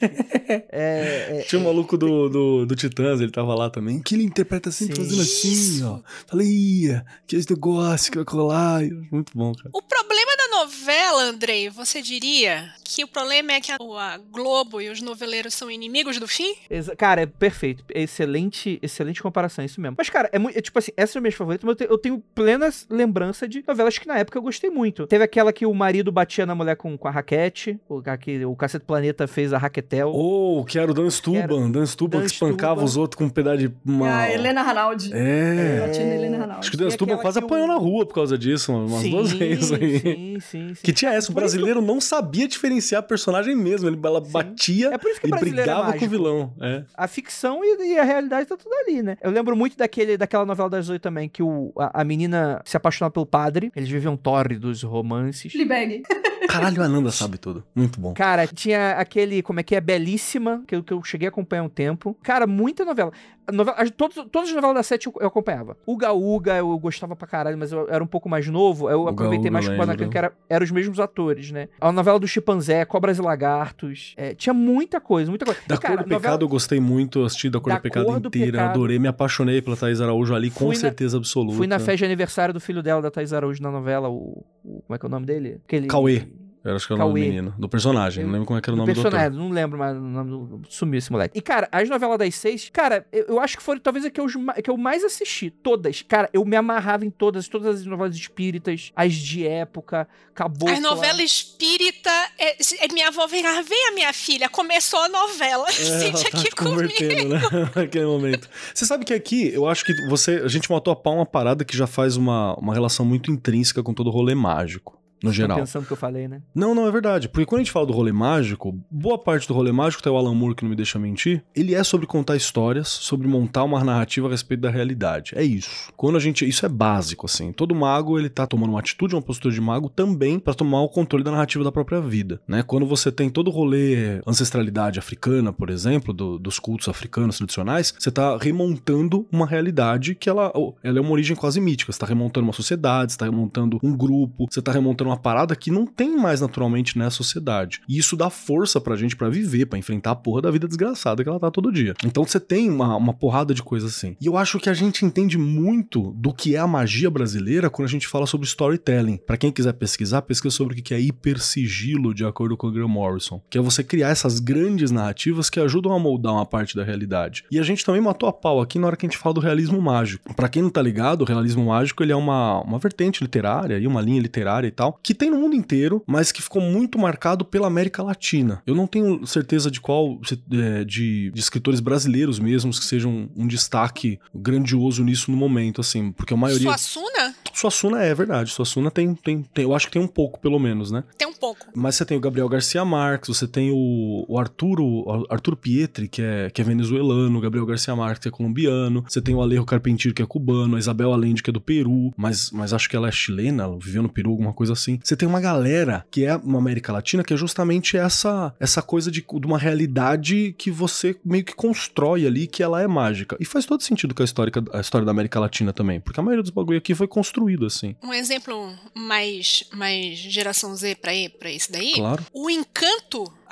é, é, Tinha um maluco do, do, do Titãs, ele tava lá também, que ele interpreta sempre Sim. fazendo assim, ó. Falei, ia, que esse negócio que vai colar. Muito bom, cara. O problema da novela, Andrei, você diria que o problema é que a, a Globo e os noveleiros são inimigos do fim? Exa- Cara, é perfeito. É excelente, excelente comparação, é isso mesmo. Mas, cara, é muito. É, tipo assim, essa é a minha favorita, mas eu, te- eu tenho plena lembrança de novelas que na época eu gostei muito. Teve aquela que o marido batia na mulher com, com a raquete, o, que, o Cacete Planeta fez a Raquetel. Oh, que era o Dan Stuban. Dan Stuban Dan que espancava Stuban. os outros com um pedaço de... E Uma... a Helena Ranaldi. É. Batia na Helena Ranaldi. Acho que o Dan E Stuban aquela quase que o- apanhou na rua por causa disso, umas sim, duas vezes aí. Sim, sim, sim. Que tinha essa, o Por isso que brasileiro não sabia diferenciar a personagem mesmo. Ele, ela batia É por isso que o e brasileiro é brigava com o mágico. vilão. É. A ficção e, e a realidade tá tudo ali, né? Eu lembro muito daquele, daquela novela das oito também, que o, a, a menina se apaixonava pelo padre, eles viviam tórridos romances. Fleabag. Caralho, a Ananda sabe tudo. Muito bom. Cara, tinha aquele, como é que é, Belíssima, que eu, que eu cheguei a acompanhar um tempo. Cara, muita novela. A novela as- todos, todas as novelas da Sete eu, eu acompanhava. Uga Uga eu gostava pra caralho, mas eu era um pouco mais novo. Eu Uga aproveitei Uga, mais que o Kubanacan, lembro. que era, eram os mesmos atores, né? A novela do Chimpanzé, Cobras e Lagartos. É, tinha muita coisa, muita coisa. Da E, cara, Cor do novela- Pecado eu gostei muito, eu assisti Da Cor Da do Pecado Cor do inteira, Pecado. adorei, me apaixonei pela Thaís Araújo ali, com Fui na- certeza absoluta. Fui na festa de aniversário do filho dela, da Thaís Araújo, na novela, o, o- como é que é o nome dele? Aquele... Cauê. Eu acho que é o nome do Cauê. menino. Do personagem, Eu- não lembro como é que era o do nome do ator. personagem, não lembro mais o nome do... Sumiu esse moleque. E, cara, as novelas das seis, cara, eu, eu acho que foram talvez a que eu, ma- que eu mais assisti. Todas. Cara, eu me amarrava em todas, todas as novelas espíritas, as de época, Cabocla. A novela espírita. É, é, minha avó vem, ah, vem a minha filha, começou a novela. É, Sente ela tá aqui se comigo. convertendo, né? Naquele momento. Você sabe que aqui, eu acho que você, a gente matou a pau uma parada que já faz uma, uma relação muito intrínseca com todo o rolê mágico. No Tô geral. pensando que eu falei, né? Não, não, é verdade. Porque quando a gente fala do rolê mágico, boa parte do rolê mágico, tem o Alan Moore que não me deixa mentir, ele é sobre contar histórias, sobre montar uma narrativa a respeito da realidade. É isso. Quando a gente... Isso é básico, assim. Todo mago, ele tá tomando uma atitude, uma postura de mago também pra tomar o controle da narrativa da própria vida, né? Quando você tem todo o rolê ancestralidade africana, por exemplo, do- dos cultos africanos tradicionais, você tá remontando uma realidade que ela, ela é uma origem quase mítica. Você tá remontando uma sociedade, você tá remontando um grupo, você tá remontando uma parada que não tem mais naturalmente nessa sociedade. E isso dá força pra gente pra viver, pra enfrentar a porra da vida desgraçada que ela tá todo dia. Então você tem uma, uma porrada de coisas assim. E eu acho que a gente entende muito do que é a magia brasileira quando a gente fala sobre storytelling. Pra quem quiser pesquisar, pesquisa sobre o que é hipersigilo, de acordo com o Graham Morrison. Que é você criar essas grandes narrativas que ajudam a moldar uma parte da realidade. E a gente também matou a pau aqui na hora que a gente fala do realismo mágico. Pra quem não tá ligado, o realismo mágico ele é uma, uma vertente literária e uma linha literária e tal, que tem no mundo inteiro, mas que ficou muito marcado pela América Latina. Eu não tenho certeza de qual, é, de, de escritores brasileiros mesmos que sejam um destaque grandioso nisso no momento, assim, porque a maioria... Suassuna? Suassuna é verdade, Suassuna tem, tem, tem, eu acho que tem um pouco, pelo menos, né? Tem um pouco. Mas você tem o Gabriel Garcia Marques, você tem o, o Arturo, o Arturo Pietri, que é, que é venezuelano, o Gabriel Garcia Marques, que é colombiano, você tem o Alejo Carpentier, que é cubano, a Isabel Allende, que é do Peru, mas, mas acho que ela é chilena, ela viveu no Peru, alguma coisa assim. Você tem uma galera que é uma América Latina, que é justamente essa, essa coisa de, de uma realidade que você meio que constrói ali, que ela é mágica. E faz todo sentido com a história, a história da América Latina também, porque a maioria dos bagulho aqui foi construído assim. Um exemplo mais, mais geração Z pra, ir, pra esse daí. Claro. O Encanto,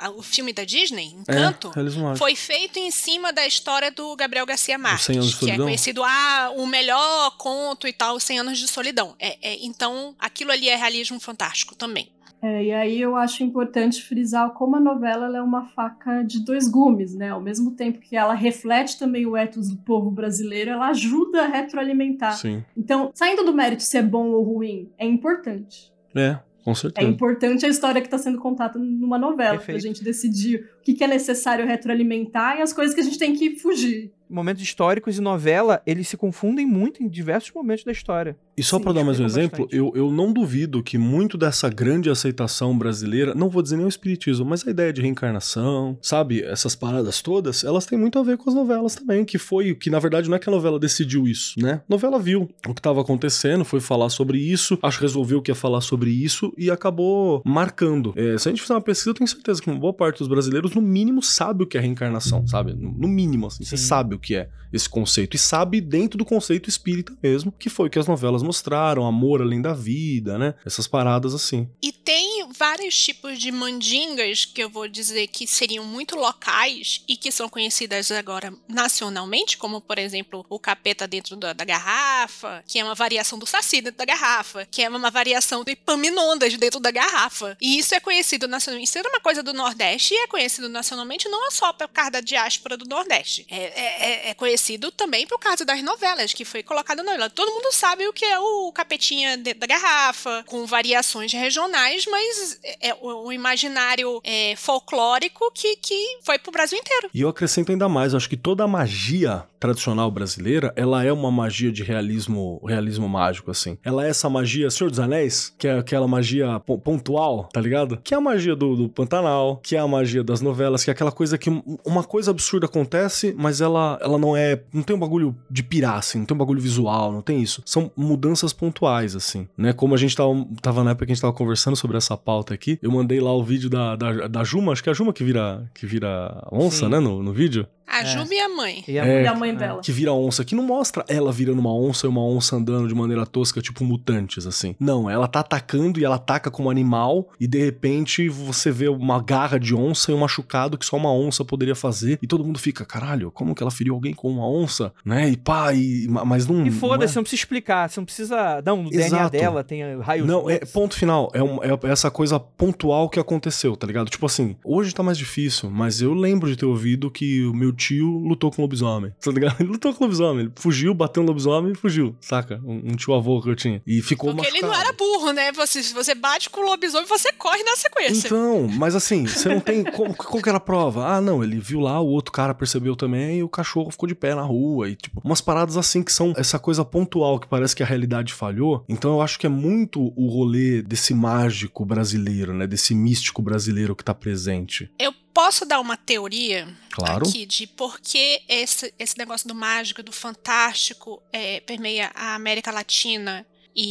o filme da Disney, Encanto, é, foi feito em cima da história do Gabriel Garcia Marques, cem anos de que solidão. é conhecido, ah, o melhor conto e tal, cem anos de solidão. É, é, então, aquilo ali é realismo fantástico também. É, e aí eu acho importante frisar como a novela ela é uma faca de dois gumes, né? Ao mesmo tempo que ela reflete também o ethos do povo brasileiro, ela ajuda a retroalimentar. Sim. Então, saindo do mérito se é bom ou ruim, é importante. É, com certeza. É importante a história que está sendo contada numa novela, para a gente decidir o que, que é necessário retroalimentar e as coisas que a gente tem que fugir. Momentos históricos e novela, eles se confundem muito em diversos momentos da história. E só para dar mais um exemplo, eu, eu não duvido que muito dessa grande aceitação brasileira, não vou dizer nem o espiritismo, mas a ideia de reencarnação, sabe? Essas paradas todas, elas têm muito a ver com as novelas também, que foi, que na verdade não é que a novela decidiu isso, né? A novela viu o que estava acontecendo, foi falar sobre isso, acho que resolveu que ia falar sobre isso e acabou marcando. É, se a gente fizer uma pesquisa, eu tenho certeza que uma boa parte dos brasileiros, no mínimo, sabe o que é reencarnação, sabe? No, no mínimo, assim, você sabe o que é esse conceito, e sabe dentro do conceito espírita mesmo, que foi o que as novelas mostraram, amor além da vida, né? Essas paradas assim. E tem vários tipos de mandingas que eu vou dizer que seriam muito locais e que são conhecidas agora nacionalmente, como, por exemplo, o capeta dentro da, da garrafa, que é uma variação do saci dentro da garrafa, que é uma variação do Epaminondas dentro da garrafa. E isso é conhecido nacionalmente. Isso é uma coisa do Nordeste e é conhecido nacionalmente não só por causa da diáspora do Nordeste. É, é, é conhecido também por causa das novelas, que foi colocado na novela. Todo mundo sabe o que é o capetinha dentro da garrafa, com variações regionais, mas é o imaginário é, folclórico que, que foi pro Brasil inteiro. E eu acrescento ainda mais, eu acho que toda a magia tradicional brasileira, ela é uma magia de realismo, realismo mágico, assim. Ela é essa magia Senhor dos Anéis, que é aquela magia pontual, tá ligado? Que é a magia do, do Pantanal, que é a magia das novelas, que é aquela coisa que uma coisa absurda acontece, mas ela, ela não é, não tem um bagulho de pirar, assim, não tem um bagulho visual, não tem isso. São mudanças pontuais, assim, né? Como a gente tava, tava na época que a gente tava conversando sobre essa pauta aqui, eu mandei lá o vídeo da, da, da Juma, acho que é a Juma que vira, que vira onça, Sim. né, no, no vídeo. A é. Juma e a mãe. E a, é, e a mãe dela. Que vira onça. Que não mostra ela virando uma onça e uma onça andando de maneira tosca, tipo mutantes, assim. Não, ela tá atacando e ela ataca como animal e de repente você vê uma garra de onça e um machucado que só uma onça poderia fazer e todo mundo fica, caralho, como que ela feriu alguém com uma onça? Né? E pá, e, mas não... E foda-se, não, é... você não precisa explicar, você não precisa... Não, no Exato. D N A dela tem raio... Não, é ponto final. É, um, é essa coisa pontual que aconteceu, tá ligado? Tipo assim, hoje tá mais difícil, mas eu lembro de ter ouvido que o meu tio lutou com lobisomem, tá ligado? Ele lutou com lobisomem, ele fugiu, bateu no lobisomem e fugiu, saca? Um, um tio avô que eu tinha. E ficou Porque machucado. ele não era burro, né? Você, se você bate com o lobisomem, você corre na sequência. Então, mas assim, você não tem... Como, qual que era a prova? Ah, não, ele viu lá, o outro cara percebeu também e o cachorro ficou de pé na rua e tipo, umas paradas assim que são essa coisa pontual que parece que a realidade falhou. Então eu acho que é muito o rolê desse mágico brasileiro, né? Desse místico brasileiro que tá presente. Eu posso dar uma teoria claro. aqui de por que esse, esse negócio do mágico, do fantástico é, permeia a América Latina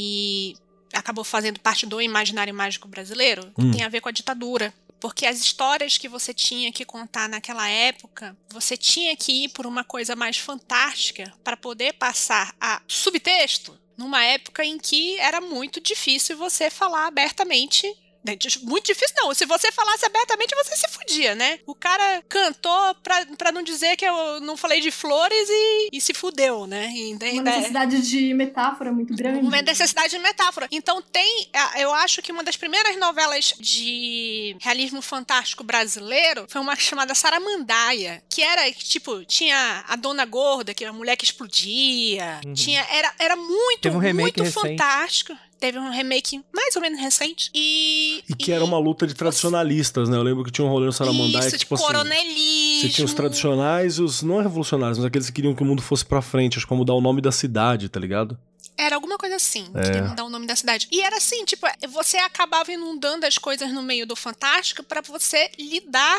e acabou fazendo parte do imaginário mágico brasileiro? Hum. Tem a ver com a ditadura. Porque as histórias que você tinha que contar naquela época, você tinha que ir por uma coisa mais fantástica para poder passar a subtexto numa época em que era muito difícil você falar abertamente. Muito difícil não, se você falasse abertamente você se fudia, né? O cara cantou pra, pra não dizer que eu não falei de flores e, e se fudeu, né? E, uma necessidade é... de metáfora muito grande. Uma necessidade de metáfora. Então tem, eu acho que uma das primeiras novelas de realismo fantástico brasileiro foi uma chamada Saramandaia, que era, tipo, tinha a Dona Gorda, que era a mulher que explodia, uhum. tinha, era, era muito, Teve um remake muito recente. fantástico. Teve um remake mais ou menos recente. E, e que e, era uma luta de tradicionalistas, né? Eu lembro que tinha um rolê no Saramandaia. Isso, que, de tipo coronelismo. Assim, você tinha os tradicionais e os não revolucionários, mas aqueles que queriam que o mundo fosse pra frente. Acho que mudar o nome da cidade, tá ligado? Era alguma coisa assim, é. queria mudar o nome da cidade. E era assim, tipo, você acabava inundando as coisas no meio do fantástico pra você lidar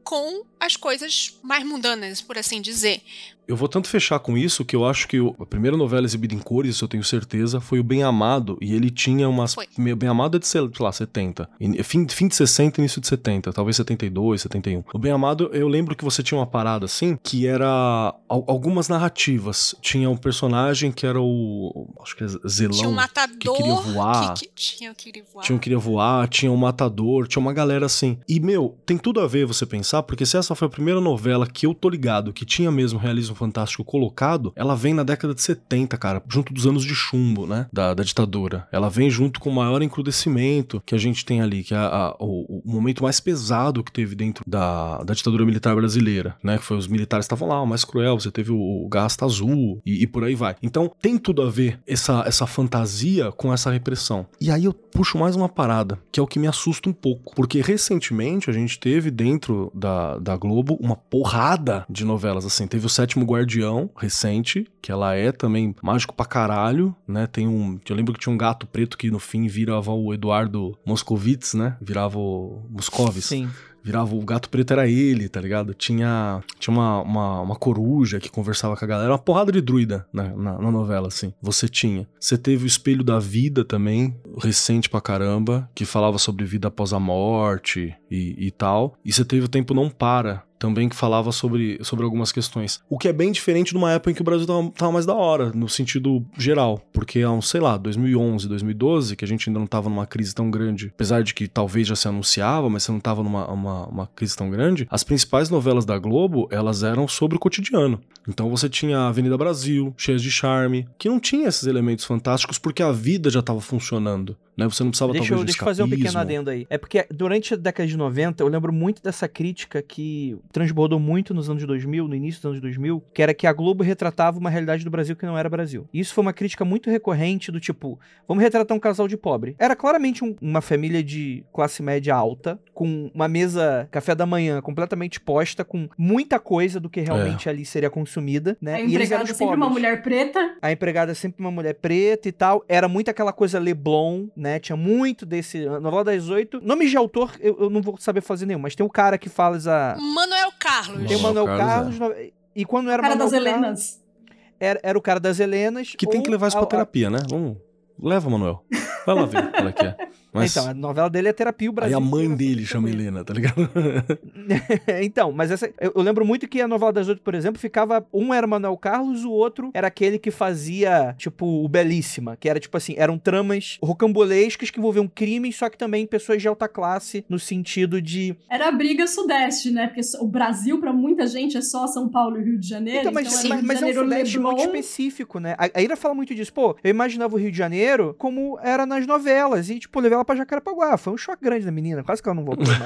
com as coisas mais mundanas, por assim dizer. Eu vou tanto fechar com isso que eu acho que o, a primeira novela exibida em cores, isso eu tenho certeza, foi o Bem Amado, e ele tinha umas... Foi. Bem Amado é de, sei lá, setenta. Fim, fim de sessenta, início de setenta, talvez setenta e dois, setenta e um. O Bem Amado, eu lembro que você tinha uma parada assim, que era al- algumas narrativas. Tinha um personagem que era o... acho que é Zelão. Tinha um matador que queria voar. Que, que tinha que queria voar. Tinha um queria voar, tinha um matador, tinha uma galera assim. E, meu, tem tudo a ver você pensar, porque se essa foi a primeira novela que eu tô ligado, que tinha mesmo realismo fantástico colocado, ela vem na década de setenta, cara, junto dos anos de chumbo, né, da, da ditadura. Ela vem junto com o maior encrudecimento que a gente tem ali, que é a, a, o, o momento mais pesado que teve dentro da, da ditadura militar brasileira, né, que foi os militares que estavam lá, o mais cruel, você teve o, o Gasta Azul e, e por aí vai. Então, tem tudo a ver essa, essa fantasia com essa repressão. E aí eu puxo mais uma parada, que é o que me assusta um pouco, porque recentemente a gente teve dentro da, da Globo uma porrada de novelas, assim, teve o Sétimo Guardião recente, que ela é também mágico pra caralho, né, tem um, eu lembro que tinha um gato preto que no fim virava o Eduardo Moscovitz, né, virava o Moscovis. Sim. Virava, o gato preto era ele, tá ligado? Tinha, tinha uma, uma, uma coruja que conversava com a galera, uma porrada de druida na, na, na novela, assim. Você tinha. Você teve o Espelho da Vida também, recente pra caramba, que falava sobre vida após a morte e, e tal. E você teve O Tempo Não Para, também, que falava sobre, sobre algumas questões. O que é bem diferente numa época em que o Brasil tava, tava mais da hora, no sentido geral. Porque há uns, sei lá, dois mil e onze, dois mil e doze, que a gente ainda não tava numa crise tão grande, apesar de que talvez já se anunciava, mas você não tava numa uma, uma crise tão grande, as principais novelas da Globo, elas eram sobre o cotidiano. Então você tinha a Avenida Brasil, Cheias de Charme, que não tinha esses elementos fantásticos porque a vida já tava funcionando. Né? Você não precisava, Deixa talvez, eu, de deixa eu fazer um escapismo. pequeno adendo aí. É porque durante a década de noventa, eu lembro muito dessa crítica que transbordou muito nos anos dois mil, no início dos anos dois mil, que era que a Globo retratava uma realidade do Brasil que não era Brasil. E isso foi uma crítica muito recorrente do tipo, vamos retratar um casal de pobre. Era claramente um, uma família de classe média alta, com uma mesa café da manhã completamente posta, com muita coisa do que realmente É. ali seria consumida, né? A E eles eram empregada os sempre uma pobres. mulher preta. A empregada é sempre uma mulher preta e tal. Era muito aquela coisa Leblon, né? Tinha muito desse... A novela das oito... Nome de autor, eu, eu não vou saber fazer nenhum, mas tem um cara que fala a... Manuel Carlos. Tem o Manuel Manuel Carlos... Carlos, no- E quando não era Cara Manuel das Carlos, Helenas. Era, era o cara das Helenas. Que tem que ou levar isso a- pra a- terapia, né? Vamos... Leva, Manuel. Vai lá ver qual é que é. Mas... Então, a novela dele é Terapia o Aí Brasil. a mãe inteiro dele foi chama com ele. Helena, tá ligado? Então, mas essa, eu, eu lembro muito que a novela das oito, por exemplo, ficava... Um era Manuel Carlos, o outro era aquele que fazia, tipo, o Belíssima. Que era, tipo assim, eram tramas rocambolescas que envolviam crimes, só que também pessoas de alta classe, no sentido de... Era a briga sudeste, né? Porque o Brasil, pra muita gente, é só São Paulo e Rio de Janeiro. Então, mas, então mas, era Rio de mas é um Janeiro, sudeste muito Leblon. específico, né? A, a Ira fala muito disso. Pô, eu imaginava o Rio de Janeiro como era nas novelas. E, tipo, levei ela pra Jacarepaguá. Foi um choque grande da menina. Quase que ela não voltou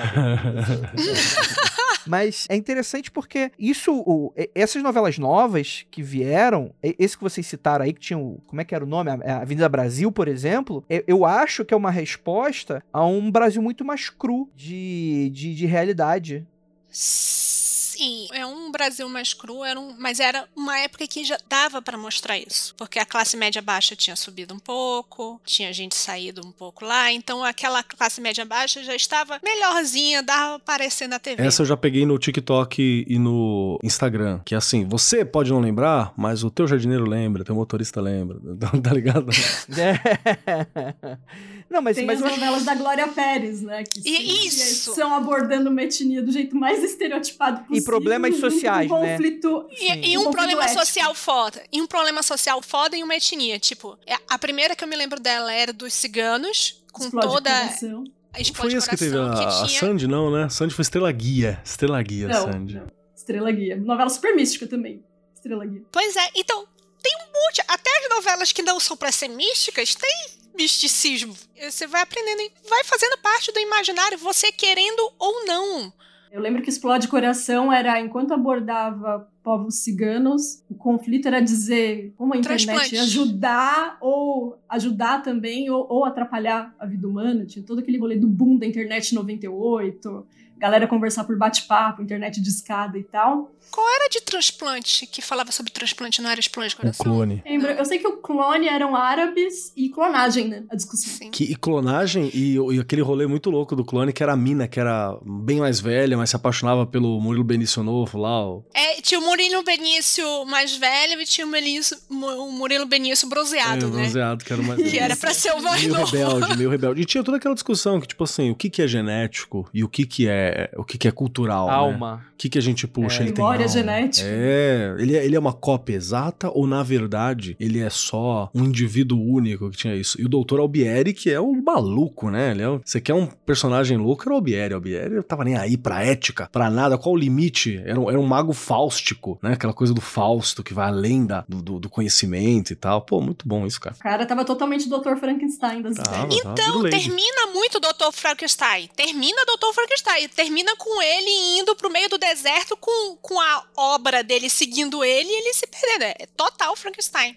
mais. Mas é interessante porque isso, o, essas novelas novas que vieram, esse que vocês citaram aí, que tinham, como é que era o nome? A Avenida Brasil, por exemplo, eu acho que é uma resposta a um Brasil muito mais cru de, de, de realidade. Sim, é um Brasil mais cru, era um, mas era uma época que já dava pra mostrar isso, porque a classe média baixa tinha subido um pouco, tinha gente saído um pouco lá, então aquela classe média baixa já estava melhorzinha, dava pra aparecer na T V. Essa eu já peguei no TikTok e no Instagram, que é assim, você pode não lembrar, mas o teu jardineiro lembra, teu motorista lembra, tá ligado? Não, mas, Tem mas as eu acho... novelas da Glória Pérez, né? Que E isso! são abordando uma etnia do jeito mais estereotipado possível. E problemas junto com sociais, um né? conflito, E, e um um conflito problema ético. social foda. E um problema social foda e uma etnia. Tipo, a primeira que eu me lembro dela era dos ciganos, com Explode toda coração. a Explode Foi esse que teve a, Coração, a que tinha... Sandy, não, né? Sandy foi Estrela Guia. Estrela Guia, Não, Sandy. não. Estrela Guia. Novela super mística também. Estrela Guia. Pois é, então, tem um monte... Até as novelas que não são pra ser místicas, tem misticismo. Você vai aprendendo, vai fazendo parte do imaginário, você querendo ou não. Eu lembro que Explode Coração era, enquanto abordava povos ciganos. O conflito era dizer como a internet Transplante. ia ajudar ou ajudar também ou, ou atrapalhar a vida humana. Tinha todo aquele rolê do boom da internet em noventa e oito, galera conversar por bate-papo, internet de escada e tal. Qual era de transplante que falava sobre transplante, não era explante de Um coração? clone. Lembra? Eu sei que o clone eram árabes e clonagem, né? A discussão. Sim. Que, e clonagem e, e aquele rolê muito louco do clone, que era a mina, que era bem mais velha, mas se apaixonava pelo Murilo Benício novo lá. O... É, tinha o Murilo Benício mais velho e tinha o, Benício, o Murilo Benício bronzeado, é, né? bronzeado, que era o mais Que era pra ser o mais meio novo. rebelde, meio rebelde. E tinha toda aquela discussão que, tipo assim, o que que é genético e o que que é, o que que é cultural, né? Alma. O que que a gente puxa, É. ele tem Memória alma. genética. É, ele é, ele é uma cópia exata ou, na verdade, ele é só um indivíduo único que tinha isso? E o doutor Albieri, que é um maluco, né? Ele é um, você quer um personagem louco, era o Albieri. O Albieri não tava nem aí pra ética, pra nada. Qual o limite? Era um, era um mago fáustico, né? Aquela coisa do Fausto, que vai além da, do, do, do conhecimento e tal. Pô, muito bom isso, cara. O cara tava totalmente doutor Frankenstein das Tava, ideias. tava Então, virulento. termina muito o doutor Frankenstein. Termina doutor Frankenstein. Termina com ele indo pro meio do deserto com, com a obra dele seguindo ele e ele se perdendo. É total Frankenstein.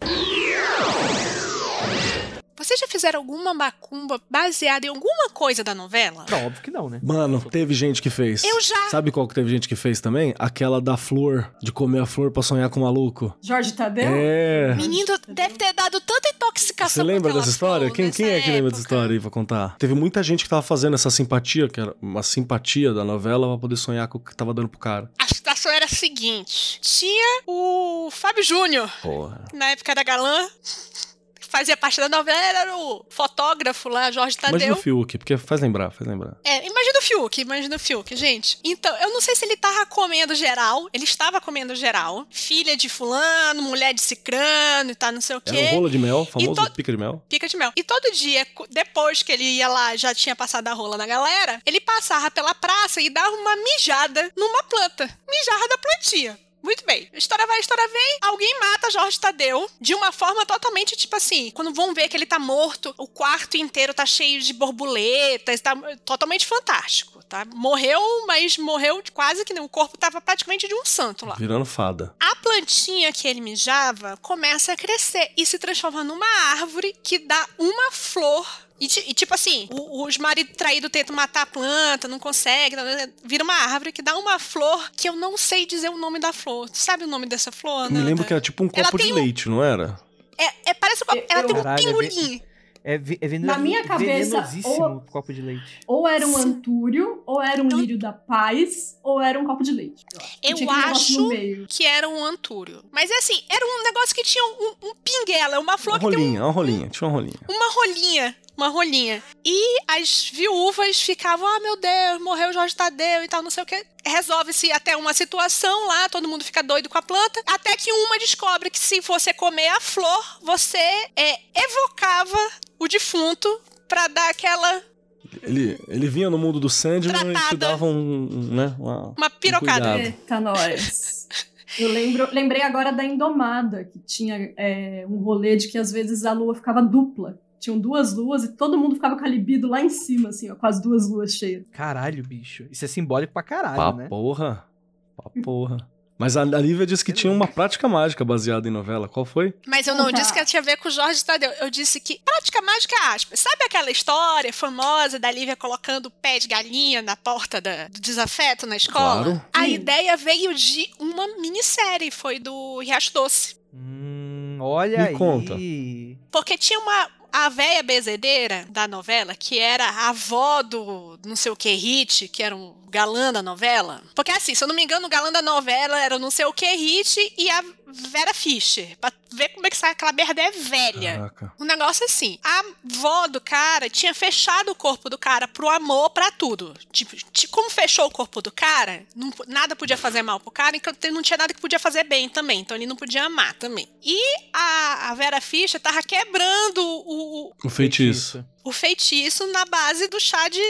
Vocês já fizeram alguma macumba baseada em alguma coisa da novela? Não, óbvio que não, né? Mano, teve gente que fez. Eu já. Sabe qual que teve gente que fez também? Aquela da flor, de comer a flor pra sonhar com o maluco. Jorge Tadeu? É. Menino, deve ter dado tanta intoxicação. Você lembra com aquela dessa história? flor Quem, nessa quem é que lembra época. dessa história aí pra contar? Teve muita gente que tava fazendo essa simpatia, que era uma simpatia da novela pra poder sonhar com o que tava dando pro cara. A situação era a seguinte: tinha o Fábio Júnior, Porra. na época da Galã, fazia parte da novela, era o fotógrafo lá, Jorge Imagina Tadeu. o Fiuk, porque faz lembrar, faz lembrar. É, imagina o Fiuk, imagina o Fiuk, gente. Então, eu não sei se ele tava comendo geral, ele estava comendo geral, filha de fulano, mulher de cicrano e tal, não sei o quê. Era um rolo de mel, famoso to- pica de mel. Pica de mel. E todo dia, cu- depois que ele ia lá, já tinha passado a rola na galera, ele passava pela praça e dava uma mijada numa planta. Mijada da plantinha. Muito bem. História vai, história vem. Alguém mata Jorge Tadeu de uma forma totalmente, tipo assim, quando vão ver que ele tá morto, o quarto inteiro tá cheio de borboletas, tá totalmente fantástico, tá? Morreu, mas morreu quase que nem o corpo tava praticamente de um santo lá. Virando fada. A plantinha que ele mijava começa a crescer e se transforma numa árvore que dá uma flor. E, ti- e, tipo assim, o- os maridos traídos tentam matar a planta, não conseguem, vira uma árvore que dá uma flor que eu não sei dizer o nome da flor. Tu sabe o nome dessa flor, Eu me Nanda? lembro que era tipo um Ela copo de tem um- leite, não era? É, é, parece que Eu- ela tem um Caralho, é pingolim. É, ve- é veno- Na minha cabeça, venenosíssimo ou- o copo de leite. Ou era um Sim. antúrio, ou era um lírio da paz, ou era um copo de leite. Eu Tinha aquele negócio acho no meio. que era um antúrio. Mas é assim, era um negócio que tinha um, um pinguela, uma flor Uma que tem um rolinha, uma rolinha, tinha uma rolinha. uma rolinha, uma rolinha. E as viúvas ficavam, ah, meu Deus, morreu Jorge Tadeu e tal, não sei o que. Resolve-se até uma situação lá, todo mundo fica doido com a planta, até que uma descobre que se você comer a flor, você é, evocava o defunto pra dar aquela, Ele, ele vinha no mundo do Sandman e te Tratada. dava um, um, né, uma, uma pirocada. cuidado. Eita, nós. Eu lembro, lembrei agora da Indomada, que tinha é, um rolê de que às vezes a lua ficava dupla. Tinham duas luas e todo mundo ficava com a libido lá em cima, assim, ó, com as duas luas cheias. Caralho, bicho. Isso é simbólico pra caralho, Pá né? porra, pá porra. Mas a, a Lívia disse que tinha uma prática mágica baseada em novela. Qual foi? Mas eu não Conta. disse que ela tinha a ver com o Jorge Tadeu. Eu disse que prática mágica, aspas. Sabe aquela história famosa da Lívia colocando o pé de galinha na porta da- do desafeto na escola? Claro. A Sim. ideia veio de uma minissérie, foi do Riacho Doce. Hum, olha Me aí. conta. Porque tinha uma... A véia bezedeira da novela, que era a avó do não sei o que hit, que era um galã da novela. Porque assim, se eu não me engano, o galã da novela era o não sei o que hit e a Vera Fischer. Pra ver como é que sai aquela merda é velha. Caraca. Um negócio assim. A avó do cara tinha fechado o corpo do cara pro amor, pra tudo. Tipo, ti- como fechou o corpo do cara, não po- nada podia fazer mal pro cara, então não tinha nada que podia fazer bem também. Então ele não podia amar também. E a, a Vera Fischer tava quebrando o, o, O feitiço. o feitiço na base do chá de...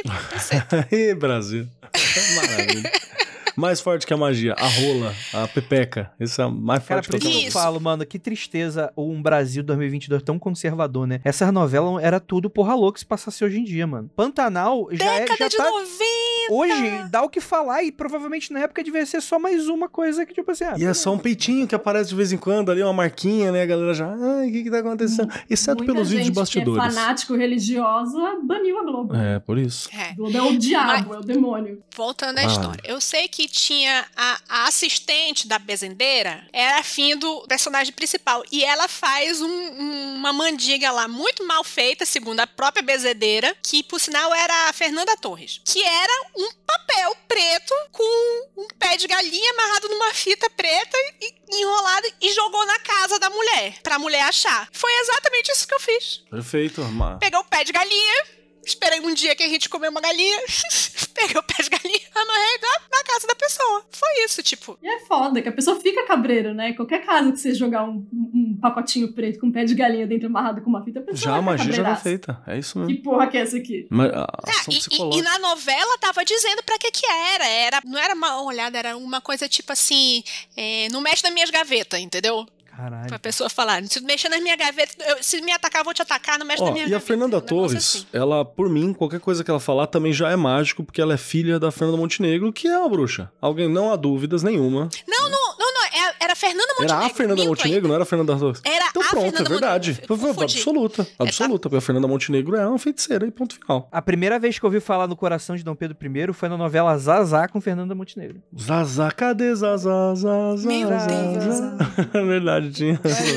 Ih, Brasil. Maravilha. Mais forte que a magia, a rola, a pepeca. Esse é mais Cara, forte por que isso eu que eu Isso. falo, mano, que tristeza um Brasil dois mil e vinte e dois tão conservador, né? Essas novelas era tudo porra louca se passasse hoje em dia, mano. Pantanal já, é, Década já de tá... noventa! hoje dá o que falar e provavelmente na época devia ser só mais uma coisa que, tipo assim... Ah, e é só um peitinho que aparece de vez em quando ali, uma marquinha, né? A galera já, ai, o que que tá acontecendo? Exceto Muita pelos vídeos de gente bastidores. que é fanático religiosa baniu a Globo. É, por isso. É. A Globo é o diabo, é o demônio. Voltando à Ah. história. Eu sei que tinha a, a assistente da bezendeira, era afim do personagem principal. E ela faz um- um- uma mandiga lá muito mal feita, segundo a própria bezendeira, que por sinal era a Fernanda Torres. Que era um papel preto com um pé de galinha amarrado numa fita preta e enrolado e jogou na casa da mulher, pra mulher achar. Foi exatamente isso que eu fiz. Perfeito. Ma- Peguei o pé de galinha, esperei um dia que a gente comeu uma galinha, peguei o pé de galinha, amarrei na, na casa da pessoa. Foi isso, tipo. E é foda, que a pessoa fica cabreira, né? Qualquer casa que você jogar um, um pacotinho preto com um pé de galinha dentro amarrado com uma fita, a pessoa Já a vai ficar magia já tá cabreiraça. feita. É isso Que mesmo. porra que é essa aqui? Mas a É, ação e, e- psicológica. e na novela tava dizendo pra que que era. era. Não era uma olhada, era uma coisa tipo assim, é, não mexe nas minhas gavetas, entendeu? Caralho. Pra pessoa falar, se mexer nas minhas gavetas, eu- se me atacar, eu vou te atacar, não mexe Ó, nas minhas e a gavetas. Fernanda Um negócio Torres, assim. ela, por mim, qualquer coisa que ela falar também já é mágico, porque ela é filha da Fernanda Montenegro, que é uma bruxa. Alguém, não há dúvidas nenhuma. Não, não, não, não, é- era a Fernanda Montenegro. Era a Fernanda minto Montenegro, não era a Fernanda Torres. ainda. Era Então a pronto, Fernanda é verdade. Montenegro. Eu confundi. Absoluta, absoluta. Porque a Fernanda Montenegro é uma feiticeira e ponto final. A primeira vez que eu ouvi falar no Coração de Dom Pedro I foi na novela Zazá com Fernanda Montenegro. Zazá, cadê Zazá, Zazá, Meu Zazá? É verdade, tinha.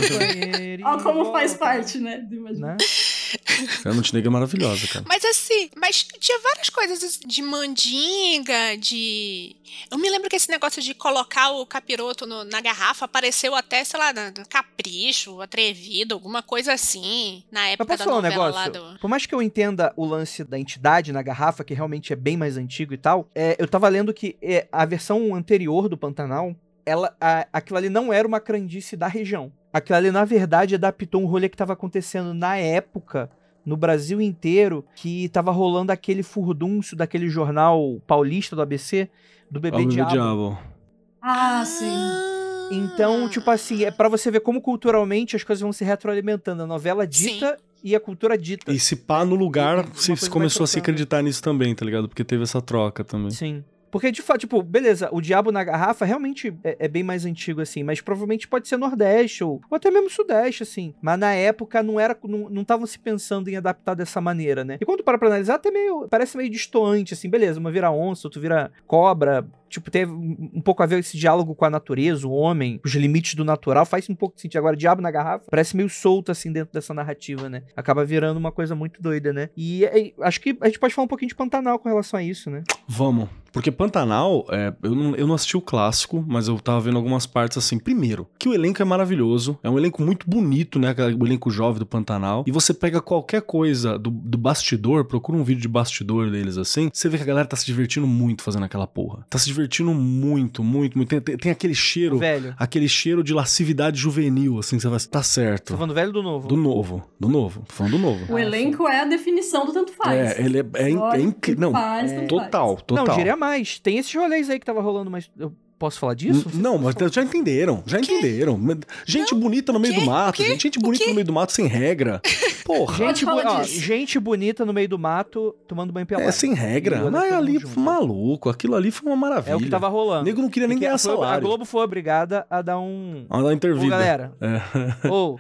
Olha como faz parte, né? Do imagina. Né? Fernanda Montenegro é maravilhosa, cara. Mas assim, mas tinha várias coisas de mandinga, de... Eu me lembro que esse negócio de colocar o capiroto no- na garrafa apareceu até, sei lá, na- no Capricho, Atrevido, alguma coisa assim, na Mas época posso da falar um novela negócio? lá do... Por mais que eu entenda o lance da entidade na garrafa, que realmente é bem mais antigo e tal, é, eu tava lendo que é, a versão anterior do Pantanal, ela, a- aquilo ali não era uma crendice da região. Aquilo ali, na verdade, adaptou um rolê que tava acontecendo na época, no Brasil inteiro, que tava rolando aquele furdúncio daquele jornal paulista do A B C, do Bebê Ó, Diabo. Diabo. Ah, sim. Então, tipo assim, é pra você ver como culturalmente as coisas vão se retroalimentando. A novela dita e a cultura dita. E se pá no lugar, Uma se, coisa se vai começou a se trocando. acreditar nisso também, tá ligado? Porque teve essa troca também. Sim. Porque, de fato, tipo, beleza, o Diabo na Garrafa realmente é, é bem mais antigo, assim, mas provavelmente pode ser Nordeste ou, ou até mesmo Sudeste, assim. Mas na época não era, não estavam se pensando em adaptar dessa maneira, né? E quando para pra analisar, até meio, parece meio distoante, assim, beleza, uma vira onça, outro vira cobra. Tipo, teve um um pouco a ver esse diálogo com a natureza, o homem, os limites do natural, faz um pouco de sentido. Agora, Diabo na Garrafa parece meio solto, assim, dentro dessa narrativa, né? Acaba virando uma coisa muito doida, né? E é, acho que a gente pode falar um pouquinho de Pantanal com relação a isso, né? Vamos. Porque Pantanal, é, eu, não, eu não assisti o clássico, mas eu tava vendo algumas partes assim. Primeiro, que o elenco é maravilhoso, é um elenco muito bonito, né? Aquele- O elenco jovem do Pantanal. E você pega qualquer coisa do, do bastidor, procura um vídeo de bastidor deles assim, você vê que a galera tá se divertindo muito fazendo aquela porra. Tá se divertindo muito, muito, muito. Tem, tem, tem aquele cheiro, Velho. aquele cheiro de lascividade juvenil, assim, que você vai. Tá Tá certo. falando do velho ou do novo? Do novo, do novo. Tô falando do novo. O elenco é a definição do tanto faz. É, ele é, é, in- é Olha, incrível. Não, faz, é tanto total, total. Não, diria mais. Tem esses rolês aí que tava rolando, mas eu posso falar disso? N- Não, mas já entenderam, já entenderam. Gente bonita no meio quê? do mato, O quê? gente, gente O bonita quê? no meio do mato sem regra. Porra, Gente, Fala bo- ó, disso. gente bonita no meio do mato tomando banho pelado. é sem regra. E olha Mas todo ali, mundo junto. maluco, aquilo ali foi uma maravilha. É o que tava O rolando. nego não queria nem Porque ganhar foi- a salário. Globo foi obrigada a dar um... Vamos dar uma Ô, intervida. galera. É. Ô,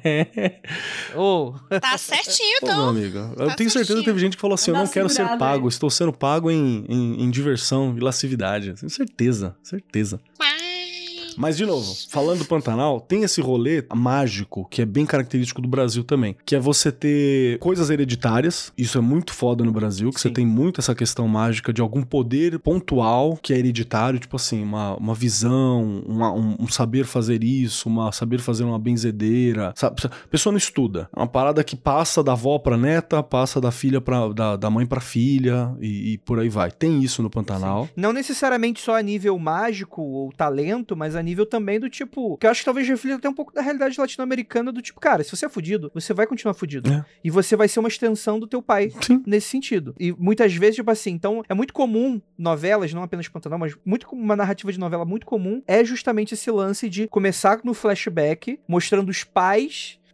ô. Tá certinho, Pô, meu então. amigo, eu Tá tenho certeza que certinho. teve gente que falou assim: eu Dá não quero ser segurada pago, aí. estou sendo pago em, em, em diversão e lascividade. Tenho certeza, certeza. Mas, de novo, falando do Pantanal, tem esse rolê mágico, que é bem característico do Brasil também, que é você ter coisas hereditárias, isso é muito foda no Brasil, que Sim. você tem muito essa questão mágica de algum poder pontual que é hereditário, tipo assim, uma, uma visão, uma- um, um saber fazer isso, uma saber fazer uma benzedeira, sabe? A pessoa não estuda. É uma parada que passa da avó pra neta, passa da filha pra, da, da mãe pra filha e, e por aí vai. Tem isso no Pantanal. Não necessariamente só a nível mágico ou talento, mas a nível também do tipo... Que eu acho que talvez reflita até um pouco da realidade latino-americana do tipo, cara, se você é fudido, você vai continuar fudido. É. E você vai ser uma extensão do teu pai. Sim. Nesse sentido. E muitas vezes, tipo assim, então é muito comum novelas, não apenas Pantanal, mas muito comum, uma narrativa de novela muito comum é justamente esse lance de começar no flashback, mostrando os pais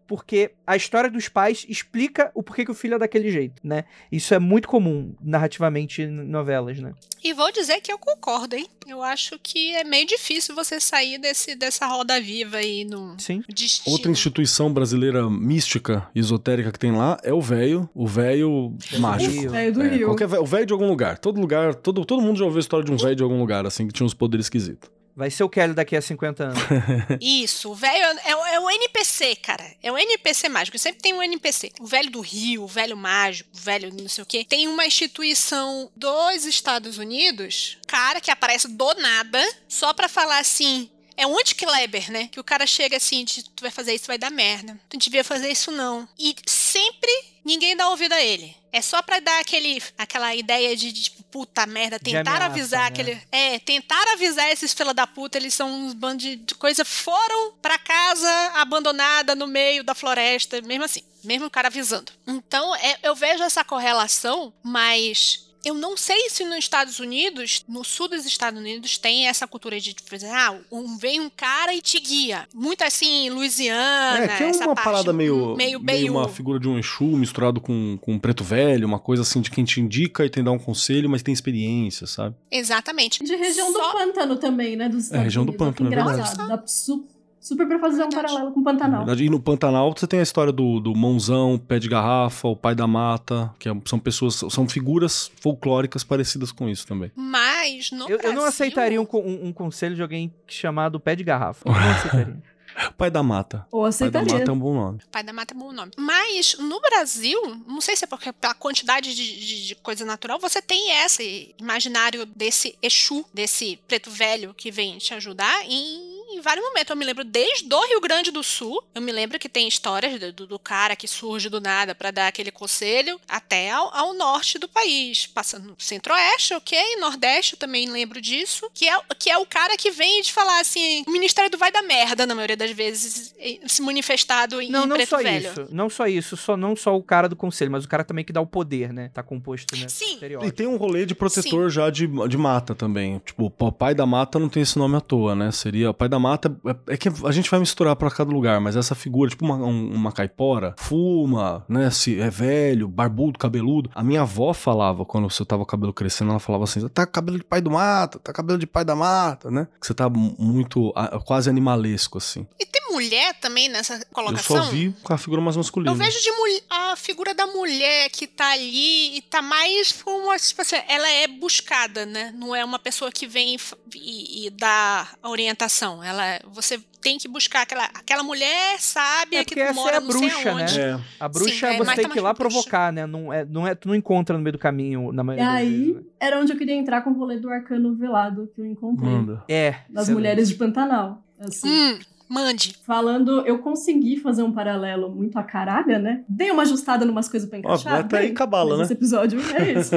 porque a história dos pais explica o porquê que o filho é daquele jeito, né? Isso é muito comum narrativamente em novelas, né? E vou dizer que eu concordo, hein? Eu acho que é meio difícil você sair desse, dessa roda viva aí no Sim. destino. Outra instituição brasileira mística, esotérica que tem lá é o véio, o véio mágico. O velho do É, Rio. qualquer véio, o véio de algum lugar. Todo lugar, todo, todo mundo já ouviu a história de um véio de algum lugar, assim, que tinha uns poderes esquisitos. Vai ser o Kelly daqui a cinquenta anos. Isso, o velho é, é, é o N P C, cara. É o N P C mágico. Sempre tem um N P C. O velho do Rio, o velho mágico, o velho não sei o quê. Tem uma instituição dos Estados Unidos, cara, que aparece do nada, só pra falar assim... É um anti-Kleber, né? Que o cara chega assim, de, tu vai fazer isso, vai dar merda. Tu não devia fazer isso, não. E sempre ninguém dá ouvido a ele. É só pra dar aquele, aquela ideia de, de tipo, puta merda, tentar ameaça, avisar né? aquele... É, tentar avisar esses fila da puta, eles são uns bandos de, de coisa, foram pra casa abandonada no meio da floresta, mesmo assim. Mesmo o cara avisando. Então, é, eu vejo essa correlação, mas... Eu não sei se nos Estados Unidos, no sul dos Estados Unidos, tem essa cultura de fazer, ah, um, vem um cara e te guia. Muito assim, Louisiana, É, que é essa uma parte parada meio, meio, meio meio uma figura de um Exu misturado com, com um preto velho, uma coisa assim de quem te indica e tem dar um conselho, mas tem experiência, sabe? Exatamente. De região Só... do Pântano também, né? Dos Estados É, região do Unidos. Pântano, Que é verdade. engraçado. Dá su- super pra fazer um Verdade. paralelo com o Na Pantanal. verdade, e no Pantanal você tem a história do, do Mãozão, Pé de Garrafa, o Pai da Mata, que é- são pessoas, são figuras folclóricas parecidas com isso também. Mas no Eu, eu não Brasil- aceitaria um, co- um- um conselho de alguém chamado Pé de Garrafa. Eu não aceitaria. Pai da Mata. Ou Pai da aceitaria. Mata é um bom nome. Pai da Mata é bom nome. Mas no Brasil, não sei se é porque pela quantidade de, de- de coisa natural, você tem esse imaginário desse Exu, desse preto velho que vem te ajudar em, em vários momentos. Eu me lembro desde o Rio Grande do Sul, eu me lembro que tem histórias do, do- do cara que surge do nada pra dar aquele conselho, até ao, ao norte do país, passando no centro-oeste, ok? Nordeste, eu também lembro disso, que é, que é o cara que vem de falar assim, o Ministério do vai dar merda, na maioria das vezes, se manifestado em Não, não preto só velho. isso. Não só isso. Só, não só o cara do conselho, mas o cara também que dá o poder, né? Tá composto, né? Sim. E tem um rolê de protetor já de, de mata também. Tipo, o Pai da Mata não tem esse nome à toa, né? Seria... O Pai da Mata... É, é que a gente vai misturar pra cada lugar, mas essa figura, tipo uma, um- uma caipora, fuma, né? Se é velho, barbudo, cabeludo. A minha avó falava, quando você tava com o cabelo crescendo, ela falava assim, tá com cabelo de Pai do Mata, tá com cabelo de Pai da Mata, né? Que você tá mu- muito... a- quase animalesco, assim. E tem mulher também nessa Eu colocação? só vi com a figura mais masculina. Eu vejo de mul- a figura da mulher que tá ali e tá mais como, tipo assim, ela é buscada, né? Não é uma pessoa que vem e f- e, e dá a orientação. Ela, você tem que buscar aquela, aquela mulher sábia É que porque essa mora é a não sei bruxa, né? aonde. É. A bruxa Sim, é, você mas tem tá que ir mais lá pra bruxa. provocar, né? Não é, não é, tu não encontra no meio do caminho, na E maioria das aí, vezes, né? era onde eu queria entrar com o rolê do arcano velado que eu encontrei. Manda. É. Das excelente. mulheres de Pantanal. Assim. Hum, mande. Falando, eu consegui fazer um paralelo muito a caralho, né? Dei uma ajustada numas coisas pra encaixar. Ó, tá aí dei, cabala, mas né? Esse episódio é isso.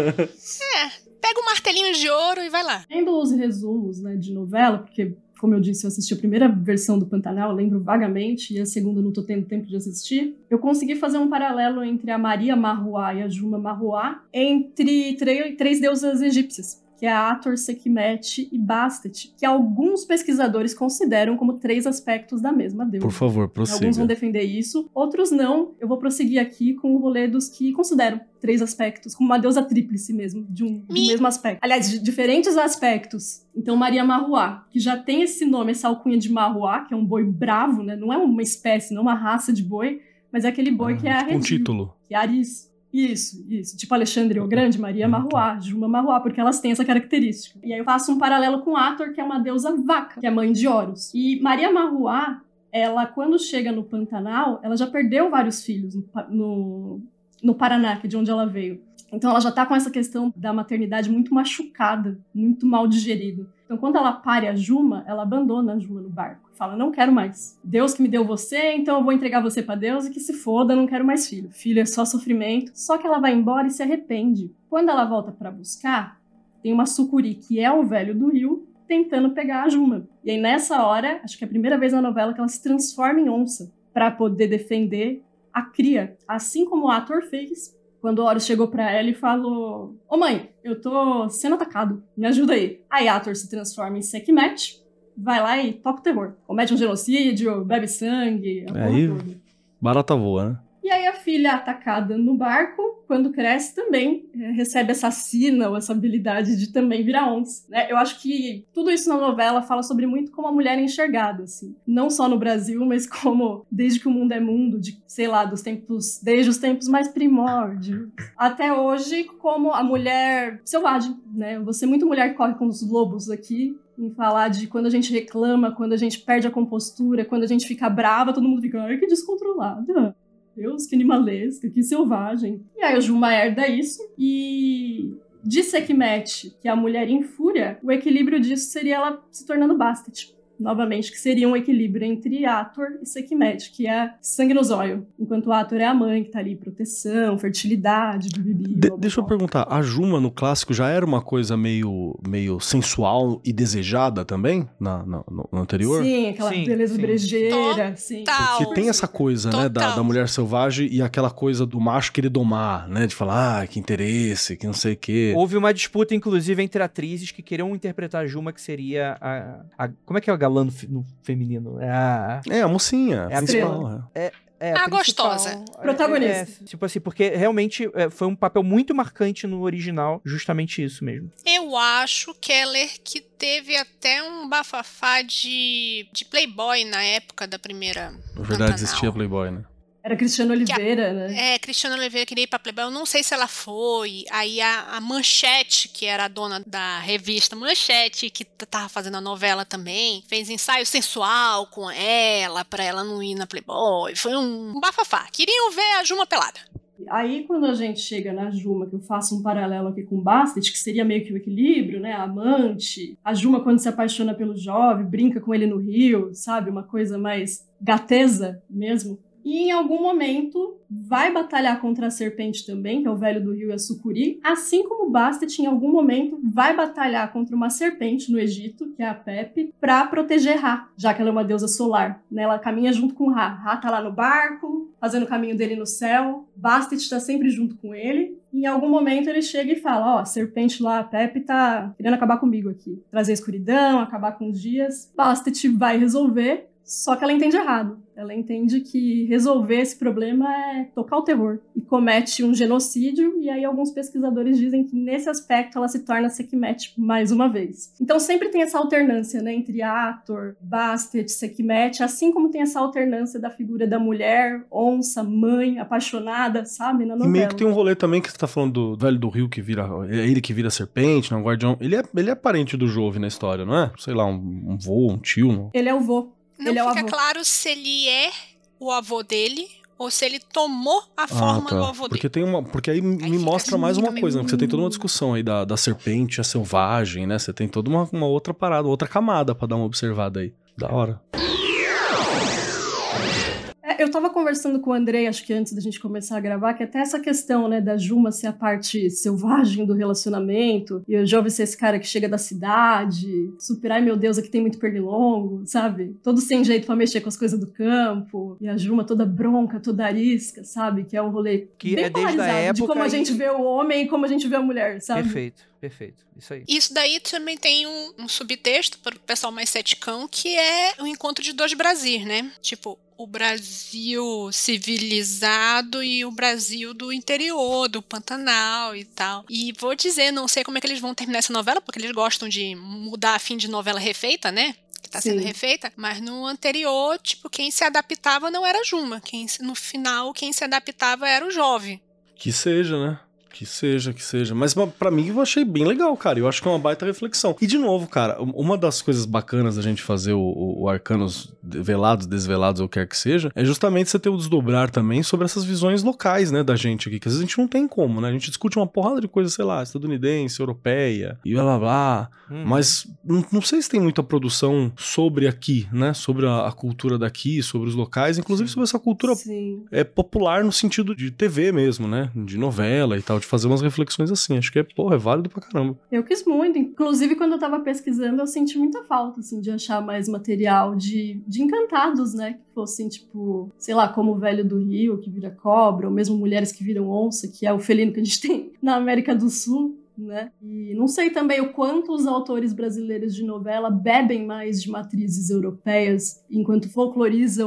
Pega um martelinho de ouro e vai lá. Vendo os resumos, né, de novela, porque, como eu disse, eu assisti a primeira versão do Pantanal, eu lembro vagamente, e a segunda eu não tô tendo tempo de assistir. Eu consegui fazer um paralelo entre a Maria Marruá e a Juma Marruá, entre tre- três deusas egípcias, que é a Hathor, Sekhmet e Bastet, que alguns pesquisadores consideram como três aspectos da mesma deusa. Por favor, Alguns vão prossiga. defender isso, outros não. Eu vou prosseguir aqui com o rolê dos que consideram três aspectos, como uma deusa tríplice mesmo, de um do Mi- mesmo aspecto. Aliás, de diferentes aspectos. Então, Maria Marruá, que já tem esse nome, essa alcunha de Marruá, que é um boi bravo, né? Não é uma espécie, não é uma raça de boi, mas é aquele boi que é tipo um arredio, título. que é Aris. Isso, isso. Tipo Alexandre o Grande, Maria Marruá, Juma Marruá, porque elas têm essa característica. E aí eu faço um paralelo com Hathor, que é uma deusa vaca, que é mãe de Horus. E Maria Marruá, ela, quando chega no Pantanal, ela já perdeu vários filhos no, Pa- no, no Paraná, que é de onde ela veio. Então ela já tá com essa questão da maternidade muito machucada, muito mal digerida. Então quando ela pare a Juma, ela abandona a Juma no barco. Fala, não quero mais. Deus que me deu você, então eu vou entregar você pra Deus e que se foda, não quero mais filho. Filho é só sofrimento. Só que ela vai embora e se arrepende. Quando ela volta pra buscar, tem uma sucuri, que é o velho do rio, tentando pegar a Juma. E aí nessa hora, acho que é a primeira vez na novela que ela se transforma em onça pra poder defender a cria. Assim como o ator fez quando o Horus chegou pra ela e falou: Ô mãe, eu tô sendo atacado, me ajuda aí. Aí Hathor se transforma em Sekhmet, vai lá e toca o terror. Comete um genocídio, bebe sangue, a porra Aí- toda. Barata voa, né? E aí a filha é atacada no barco, quando cresce também é, recebe essa sina ou essa habilidade de também virar onça, né? Eu acho que tudo isso na novela fala sobre muito como a mulher é enxergada, assim. Não só no Brasil, mas como desde que o mundo é mundo, de, sei lá, dos tempos, desde os tempos mais primórdios, até hoje, como a mulher selvagem, né? Eu vou ser muito mulher que corre com os lobos aqui, em falar de quando a gente reclama, quando a gente perde a compostura, quando a gente fica brava, todo mundo fica, ai, que descontrolada. Deus, que animalesca, que selvagem. E aí a Juma herda isso, e de Sekhmet, que é a mulher em fúria, o equilíbrio disso seria ela se tornando Bastet. Novamente, que seria um equilíbrio entre Hathor e Sekhmet, que é sangue no zóio. Enquanto Hathor é a mãe, que tá ali, proteção, fertilidade, bibibi, De- deixa eu perguntar, a Juma no clássico já era uma coisa meio, meio sensual e desejada também, na, na- no, no anterior? Sim, aquela Sim, beleza sim. brejeira, sim. Total. Porque tem essa coisa, né, da, Total. da mulher selvagem e aquela coisa do macho querer domar, né, de falar, ah, que interesse, que não sei o quê. Houve uma disputa, inclusive, entre atrizes que queriam interpretar a Juma, que seria a... a- como é que é o galã no, fe- no feminino? É a... É, a mocinha, É a a principal. é. É, A principal- gostosa. é, Protagonista. é, tipo assim, porque realmente é, foi um papel muito marcante no original, justamente isso mesmo. Eu acho, Keller, que teve até um bafafá de, de Playboy na época da primeira. Na verdade, Pantanal. existia Playboy, né? Era Cristiano Oliveira, né? É, Cristiana Oliveira queria ir pra Playboy, eu não sei se ela foi. Aí a, a Manchete, que era a dona da revista Manchete, que t- tava fazendo a novela também, fez ensaio sensual com ela, pra ela não ir na Playboy. Foi um, um bafafá. Queriam ver a Juma pelada. Aí, quando a gente chega na Juma, que eu faço um paralelo aqui com o Bastet, que seria meio que o equilíbrio, né? A amante. A Juma, quando se apaixona pelo jovem, brinca com ele no rio, sabe? Uma coisa mais gatesa mesmo. E em algum momento vai batalhar contra a serpente também, que é o velho do rio e a sucuri, assim como o Bastet em algum momento vai batalhar contra uma serpente no Egito, que é a Pepe, pra proteger Ra, já que ela é uma deusa solar, né? Ela caminha junto com Ra. Ra tá lá no barco, fazendo o caminho dele no céu, Bastet tá sempre junto com ele, e em algum momento ele chega e fala, ó, a serpente lá, a Pepe, tá querendo acabar comigo aqui, trazer escuridão, acabar com os dias. Bastet vai resolver, só que ela entende errado. Ela entende que resolver esse problema é tocar o terror. E comete um genocídio, e aí alguns pesquisadores dizem que nesse aspecto ela se torna Sekhmet mais uma vez. Então sempre tem essa alternância, né, entre Hathor, Bastet, Sekhmet, assim como tem essa alternância da figura da mulher, onça, mãe, apaixonada, sabe, na E novela. meio que tem um rolê também que você tá falando do velho do rio que vira. É ele que vira serpente, não, o guardião. Ele é, ele é parente do Jove na história, não é? Sei lá, um, um vô, um tio. Não? Ele é o vô. Não Ele é o fica avô. claro se ele é o avô dele ou se ele tomou a forma do avô Porque dele. tem uma. Porque aí me fica mostra assim, mais uma fica coisa, né? meio- Porque você tem toda uma discussão aí da, da serpente, a selvagem, né? Você tem toda uma, uma outra parada, outra camada pra dar uma observada aí. Da hora. É, eu tava conversando com o Andrei, acho que antes da gente começar a gravar, que até essa questão, né, da Juma ser a parte selvagem do relacionamento, e o Jovem ser esse cara que chega da cidade, super, ai meu Deus, aqui tem muito pernilongo, sabe? Todo sem jeito pra mexer com as coisas do campo, e a Juma toda bronca, toda arisca, sabe? Que é um rolê Que bem é desde a polarizado, de época como a e- gente vê o homem e como a gente vê a mulher, sabe? Perfeito, perfeito. Isso aí. Isso daí também tem um, um subtexto para o pessoal mais ceticão, que é o encontro de dois Brasis, né? Tipo, o Brasil civilizado e o Brasil do interior, do Pantanal e tal. E vou dizer, não sei como é que eles vão terminar essa novela, porque eles gostam de mudar a fim de novela refeita, né? Que tá sendo Sim. refeita. Mas no anterior, tipo, quem se adaptava não era a Juma. Quem, se- no final, quem se adaptava era o Jovem. Que seja, né? Que seja, que seja. Mas ma- pra mim eu achei bem legal, cara. Eu acho que é uma baita reflexão. E de novo, cara, um- uma das coisas bacanas da gente fazer o, o, o Arcanos velados, desvelados, ou quer que seja, é justamente você ter o desdobrar também sobre essas visões locais, né, da gente aqui. Que às vezes a gente não tem como, né? A gente discute uma porrada de coisa, sei lá, estadunidense, europeia, e blá blá blá. Hum. Mas não, não sei se tem muita produção sobre aqui, né? Sobre a, a cultura daqui, sobre os locais, inclusive Sim. sobre essa cultura Sim. é popular no sentido de T V mesmo, né? De novela e tal, de fazer umas reflexões assim. Acho que é, porra, é válido pra caramba. Eu quis muito. Inclusive, quando eu tava pesquisando, eu senti muita falta, assim, de achar mais material de, de encantados, né? Que fossem, tipo, sei lá, como o Velho do Rio, que vira cobra, ou mesmo Mulheres que Viram Onça, que é o felino que a gente tem na América do Sul, né? E não sei também o quanto os autores brasileiros de novela bebem mais de matrizes europeias, enquanto folclorizam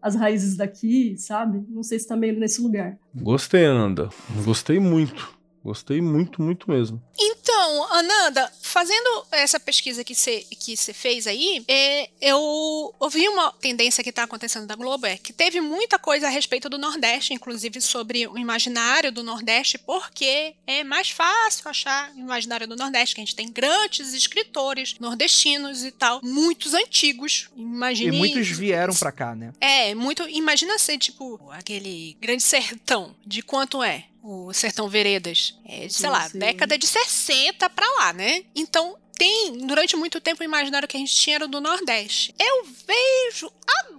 as raízes daqui, sabe? Não sei se tá meio nesse lugar. Gostei, Ananda. Gostei muito. Gostei muito, muito mesmo. Então, Ananda, fazendo essa pesquisa que você que você fez aí, é, eu ouvi uma tendência que está acontecendo da Globo, é que teve muita coisa a respeito do Nordeste, inclusive sobre o imaginário do Nordeste, porque é mais fácil achar o imaginário do Nordeste, que a gente tem grandes escritores nordestinos e tal, muitos antigos. Imagine, e muitos vieram pra cá, né? É, muito. Imagina ser, tipo, aquele Grande Sertão, de quanto é? O Sertão Veredas, é, sei lá, sim. década de sessenta pra lá, né? Então, tem, durante muito tempo, o imaginário que a gente tinha era do Nordeste. Eu vejo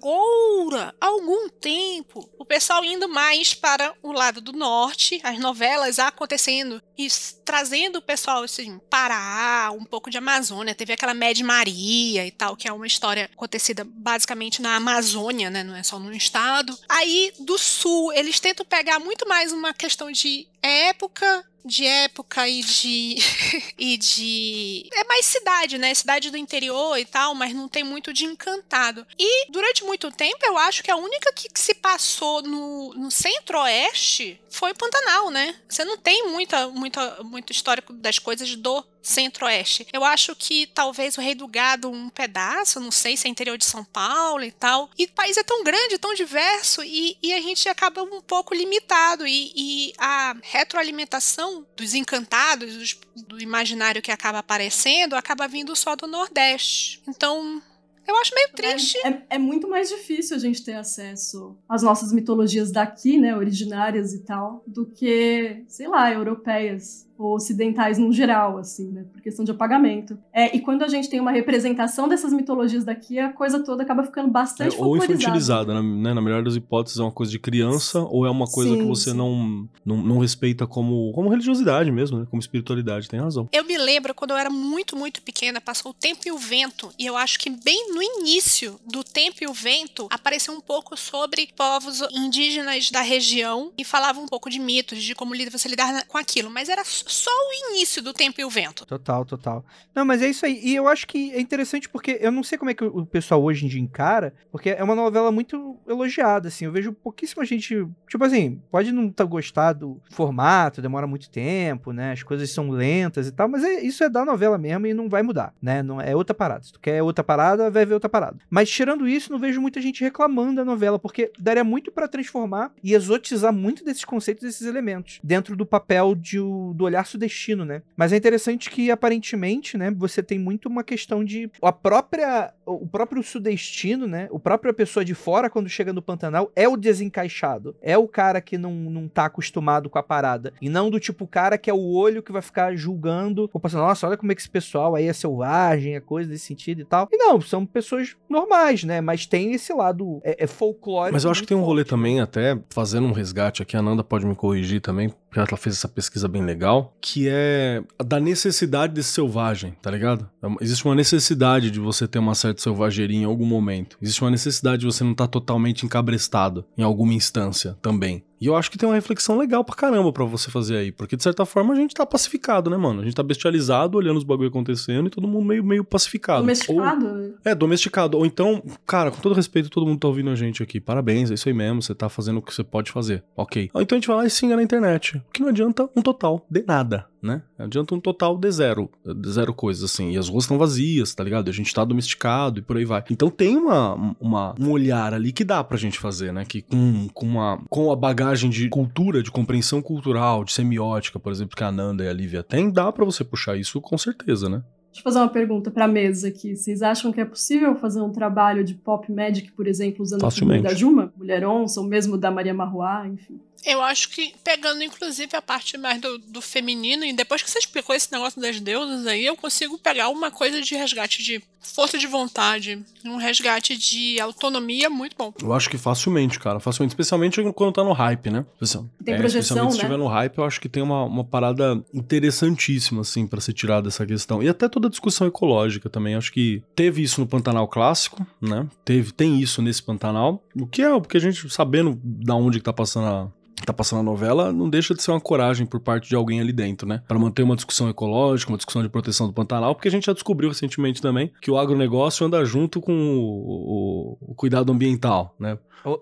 agora, há algum tempo, o pessoal indo mais para o lado do Norte, as novelas acontecendo e trazendo o pessoal, assim, Pará, um pouco de Amazônia. Teve aquela Mad Maria e tal, que é uma história acontecida basicamente na Amazônia, né? Não é só no estado. Aí, do Sul, eles tentam pegar muito mais uma questão de época... de época e de e de é mais cidade, né, cidade do interior e tal, mas não tem muito de Encantado. E durante muito tempo eu acho que a única que se passou no, no centro-oeste foi Pantanal, né? Você não tem muita, muita, muito histórico das coisas do centro-oeste. Eu acho que talvez o Rei do Gado um pedaço, não sei se é interior de São Paulo e tal. E o país é tão grande, tão diverso, e, e a gente acaba um pouco limitado. E, e a retroalimentação dos encantados, dos, do imaginário que acaba aparecendo, acaba vindo só do Nordeste. Então... eu acho meio triste. É, é, é muito mais difícil a gente ter acesso às nossas mitologias daqui, né, originárias e tal, do que, sei lá, europeias ou ocidentais no geral, assim, né, por questão de apagamento. É, e quando a gente tem uma representação dessas mitologias daqui, a coisa toda acaba ficando bastante é, ou folclorizada. infantilizada, né? Na melhor das hipóteses é uma coisa de criança, ou é uma coisa sim, que você não, não, não respeita como, como religiosidade mesmo, né? Como espiritualidade, tem razão. Eu me lembro, quando eu era muito, muito pequena, passou O Tempo e o Vento, e eu acho que bem no início do Tempo e o Vento, apareceu um pouco sobre povos indígenas da região, e falava um pouco de mitos, de como você lidar com aquilo, mas era só o início do Tempo e o Vento. Total, total. Não, mas é isso aí. E eu acho que é interessante porque eu não sei como é que o pessoal hoje em dia encara, porque é uma novela muito elogiada, assim. Eu vejo pouquíssima gente... tipo assim, pode não ter gostado do formato, demora muito tempo, né? As coisas são lentas e tal, mas é, isso é da novela mesmo e não vai mudar, né? Não, é outra parada. Se tu quer outra parada, vai ver outra parada. Mas tirando isso, não vejo muita gente reclamando da novela, porque daria muito pra transformar e exotizar muito desses conceitos, desses elementos, dentro do papel de, do olhar sudestino, né? Mas é interessante que, aparentemente, né, você tem muito uma questão de a própria, o próprio sudestino, né, o própria pessoa de fora, quando chega no Pantanal, é o desencaixado, é o cara que não, não tá acostumado com a parada, e não do tipo cara que é o olho que vai ficar julgando, ou pensando, nossa, olha como é que esse pessoal aí é selvagem, é coisa desse sentido e tal. E não, são pessoas normais, né, mas tem esse lado é, é folclórico. Mas eu acho que tem um rolê forte, também, né? até fazendo um resgate aqui, a Nanda pode me corrigir também, porque ela fez essa pesquisa bem legal, que é da necessidade desse selvagem, tá ligado? Existe uma necessidade de você ter uma certa selvageria em algum momento. Existe uma necessidade de você não estar totalmente encabrestado em alguma instância também. E eu acho que tem uma reflexão legal pra caramba pra você fazer aí, porque de certa forma a gente tá pacificado, né, mano? A gente tá bestializado, olhando os bagulho acontecendo e todo mundo meio, meio pacificado. Domesticado, Ou, né? É, domesticado. Ou então, cara, com todo respeito, todo mundo tá ouvindo a gente aqui. Parabéns, é isso aí mesmo, você tá fazendo o que você pode fazer. Ok. Ou então a gente vai lá e xinga na internet. O que não adianta um total de nada, né? Adianta um total de zero. De zero coisas, assim. E as ruas estão vazias, tá ligado? A gente tá domesticado e por aí vai. Então tem uma, uma, um olhar ali que dá pra gente fazer, né? Que com, com, uma, com a bagagem de cultura, de compreensão cultural, de semiótica, por exemplo, que a Ananda e a Lívia têm, dá pra você puxar isso com certeza, né? Deixa eu fazer uma pergunta pra mesa aqui. Vocês acham que é possível fazer um trabalho de pop magic, por exemplo, usando Facilmente. a figura da Juma, Mulher Onça, ou mesmo da Maria Marruá, enfim? Eu acho que, pegando inclusive a parte mais do, do feminino, e depois que você explicou esse negócio das deusas aí, eu consigo pegar uma coisa de resgate de força de vontade, um resgate de autonomia muito bom. Eu acho que facilmente, cara. Facilmente. Especialmente quando tá no hype, né? Tem é, projeção, especialmente se né? estiver no hype, eu acho que tem uma, uma parada interessantíssima, assim, pra ser tirada dessa questão. E até toda a discussão ecológica também. Acho que teve isso no Pantanal clássico, né? Teve, tem isso nesse Pantanal. O que é, porque a gente, sabendo da onde que tá passando a tá passando a novela, não deixa de ser uma coragem por parte de alguém ali dentro, né? Pra manter uma discussão ecológica, uma discussão de proteção do Pantanal, porque a gente já descobriu recentemente também que o agronegócio anda junto com o, o, o cuidado ambiental, né? Oh.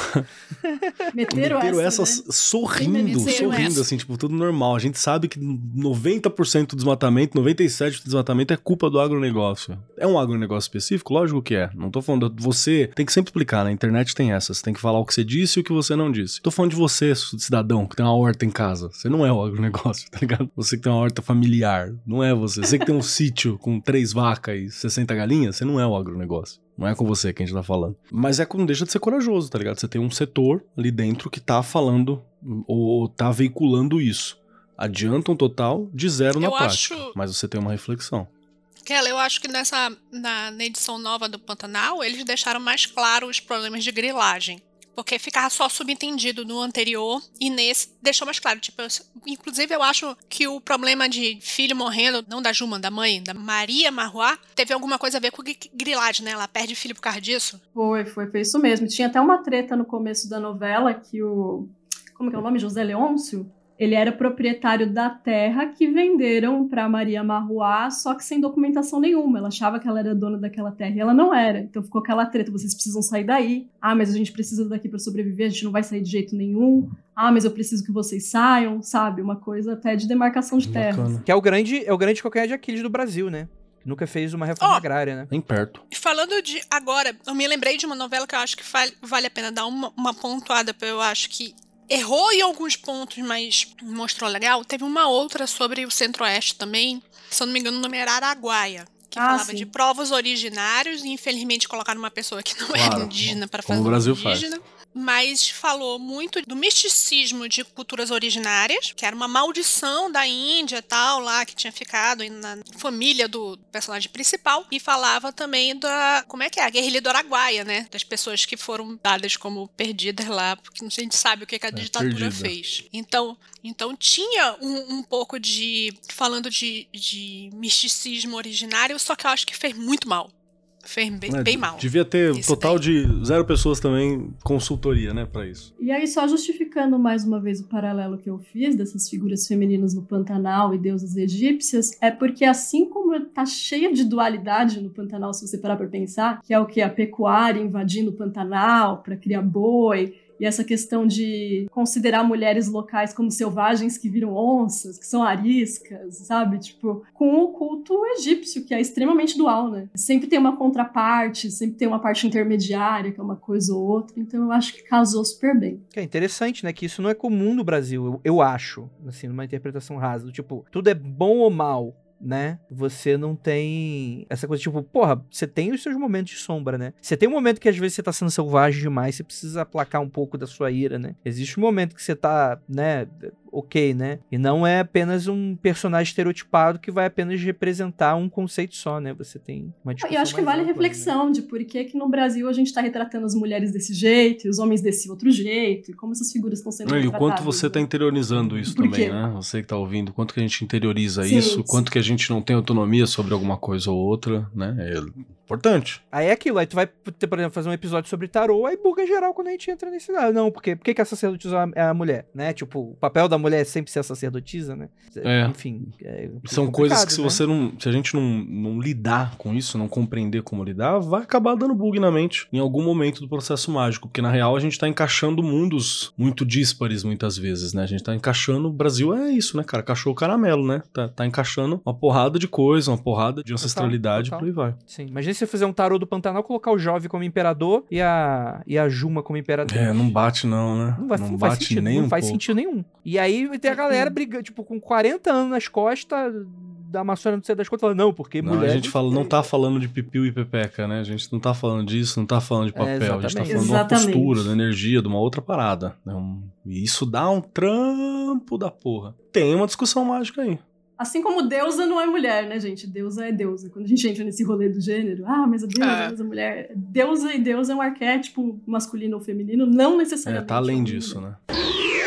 Meteram, Meteram essa, essa né? sorrindo, Meteram sorrindo, essa. assim, tipo, tudo normal. A gente sabe que noventa por cento do desmatamento, noventa e sete por cento do desmatamento é culpa do agronegócio. É um agronegócio específico? Lógico que é. Não tô falando, você tem que sempre explicar, na internet tem essa, você tem que falar o que você disse e o que você não disse. Tô falando de você, cidadão, que tem uma horta em casa. Você não é o agronegócio, tá ligado? Você que tem uma horta familiar, não é você. Você que tem um sítio com três vacas e sessenta galinhas, você não é o agronegócio. Não é com você que a gente tá falando. Mas é que não deixa de ser corajoso, tá ligado? Você tem um setor ali dentro que tá falando ou tá veiculando isso. Adianta um total de zero na Eu prática. acho- Mas você tem uma reflexão. Kelly, eu acho que nessa, na, na edição nova do Pantanal, eles deixaram mais claro os problemas de grilagem. Porque ficava só subentendido no anterior e nesse deixou mais claro. Tipo, eu, inclusive, eu acho que o problema de filho morrendo, não da Juma, da mãe, da Maria Marruá, teve alguma coisa a ver com grilagem, né? Ela perde filho por causa disso. Foi, foi, foi isso mesmo. Tinha até uma treta no começo da novela que o... Como que é o nome? José Leôncio? Ele era proprietário da terra que venderam para Maria Marruá, só que sem documentação nenhuma. Ela achava que ela era dona daquela terra e ela não era. Então ficou aquela treta, vocês precisam sair daí. Ah, mas a gente precisa daqui para sobreviver, a gente não vai sair de jeito nenhum. Ah, mas eu preciso que vocês saiam, sabe? Uma coisa até de demarcação de terras. Bacana. Que é o grande, é o grande calcanhar de Aquiles do Brasil, né? Que nunca fez uma reforma Ó. agrária, né? Nem perto. E falando de agora, eu me lembrei de uma novela que eu acho que vale, vale a pena dar uma, uma pontuada, porque eu acho que errou em alguns pontos, mas mostrou legal. Teve uma outra sobre o Centro-Oeste também. Se eu não me engano, o nome era Araguaia. Que Ah, falava sim. de povos originários. E infelizmente colocaram uma pessoa que não Claro, era indígena para como fazer o Brasil um indígena. Mas falou muito do misticismo de culturas originárias, que era uma maldição da Índia e tal, lá, que tinha ficado na família do personagem principal. E falava também da, como é que é, a guerrilha do Araguaia, né? Das pessoas que foram dadas como perdidas lá, porque a gente sabe o que, que a ditadura perdida. fez. Então, então tinha um, um pouco de, falando de, de misticismo originário, só que eu acho que fez muito mal. Fez bem, É, bem mal. Devia ter um Esse total daí. de zero pessoas também consultoria, né, pra isso. E aí, só justificando mais uma vez o paralelo que eu fiz dessas figuras femininas no Pantanal e deusas egípcias, é porque assim como tá cheia de dualidade no Pantanal, se você parar pra pensar, que é o que? A pecuária invadindo o Pantanal pra criar boi, e essa questão de considerar mulheres locais como selvagens que viram onças, que são ariscas, sabe? Tipo, com o culto egípcio, que é extremamente dual, né? Sempre tem uma contraparte, sempre tem uma parte intermediária, que é uma coisa ou outra. Então eu acho que casou super bem. Que é interessante, né? Que isso não é comum no Brasil, eu, eu acho, assim, numa interpretação rasa. Do tipo, tudo é bom ou mal, né? Você não tem essa coisa, tipo, porra, você tem os seus momentos de sombra, né? Você tem um momento que às vezes você tá sendo selvagem demais, você precisa aplacar um pouco da sua ira, né? Existe um momento que você tá, né, ok, né? E não é apenas um personagem estereotipado que vai apenas representar um conceito só, né? Você tem uma discussão E eu acho que mais vale ampla, reflexão de por que que no Brasil a gente tá retratando as mulheres desse jeito e os homens desse outro jeito, e como essas figuras estão sendo E o retratadas. quanto você tá né? interiorizando isso Por também, quê? né? Você que tá ouvindo, quanto que a gente interioriza Sim, isso, sim. quanto que a gente não tem autonomia sobre alguma coisa ou outra, né? É importante. Aí é aquilo, aí tu vai, ter, por exemplo, fazer um episódio sobre tarô, aí buga geral quando a gente entra nesse... Ah, não, porque por que que a sacerdotisa é a mulher, né? Tipo, o papel da mulher é sempre ser a sacerdotisa, né? É. Enfim, é São coisas que se né? você não, se a gente não, não lidar com isso, não compreender como lidar, vai acabar dando bug na mente em algum momento do processo mágico, porque na real a gente tá encaixando mundos muito díspares muitas vezes, né? A gente tá encaixando, o Brasil é isso, né, cara? Cachorro caramelo, né? Tá, tá encaixando uma porrada de coisa, uma porrada de ancestralidade, total. por aí vai. Sim, imagina se você fazer um tarô do Pantanal, colocar o Jove como imperador e a, e a Juma como imperatriz. É, não bate não, né? Não, vai, não, faz bate sentido, nem não um faz pouco. sentido nenhum. E aí tem a galera brigando, tipo, com quarenta anos nas costas da Amazônia, não sei das contas, falando, não, porque Não, mulher... a gente fala, não tá falando de pipiu e pepeca, né? A gente não tá falando disso, não tá falando de papel, a gente tá exatamente. falando de uma Exatamente. postura, da energia, de uma outra parada. né? Um- E isso dá um trampo da porra. Tem uma discussão mágica aí. Assim como deusa não é mulher, né, gente? Deusa é deusa. Quando a gente entra nesse rolê do gênero, ah, mas a deusa, É. a deusa é mulher. Deusa e deusa é um arquétipo masculino ou feminino, não É, necessariamente. tá além homem e disso, mulher. né?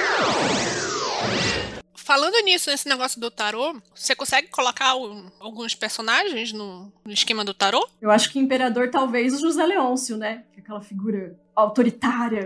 Falando nisso, nesse negócio do tarô, você consegue colocar o- alguns personagens no, no esquema do tarô? Eu acho que imperador talvez o José Leôncio, né? Que é aquela figura autoritária,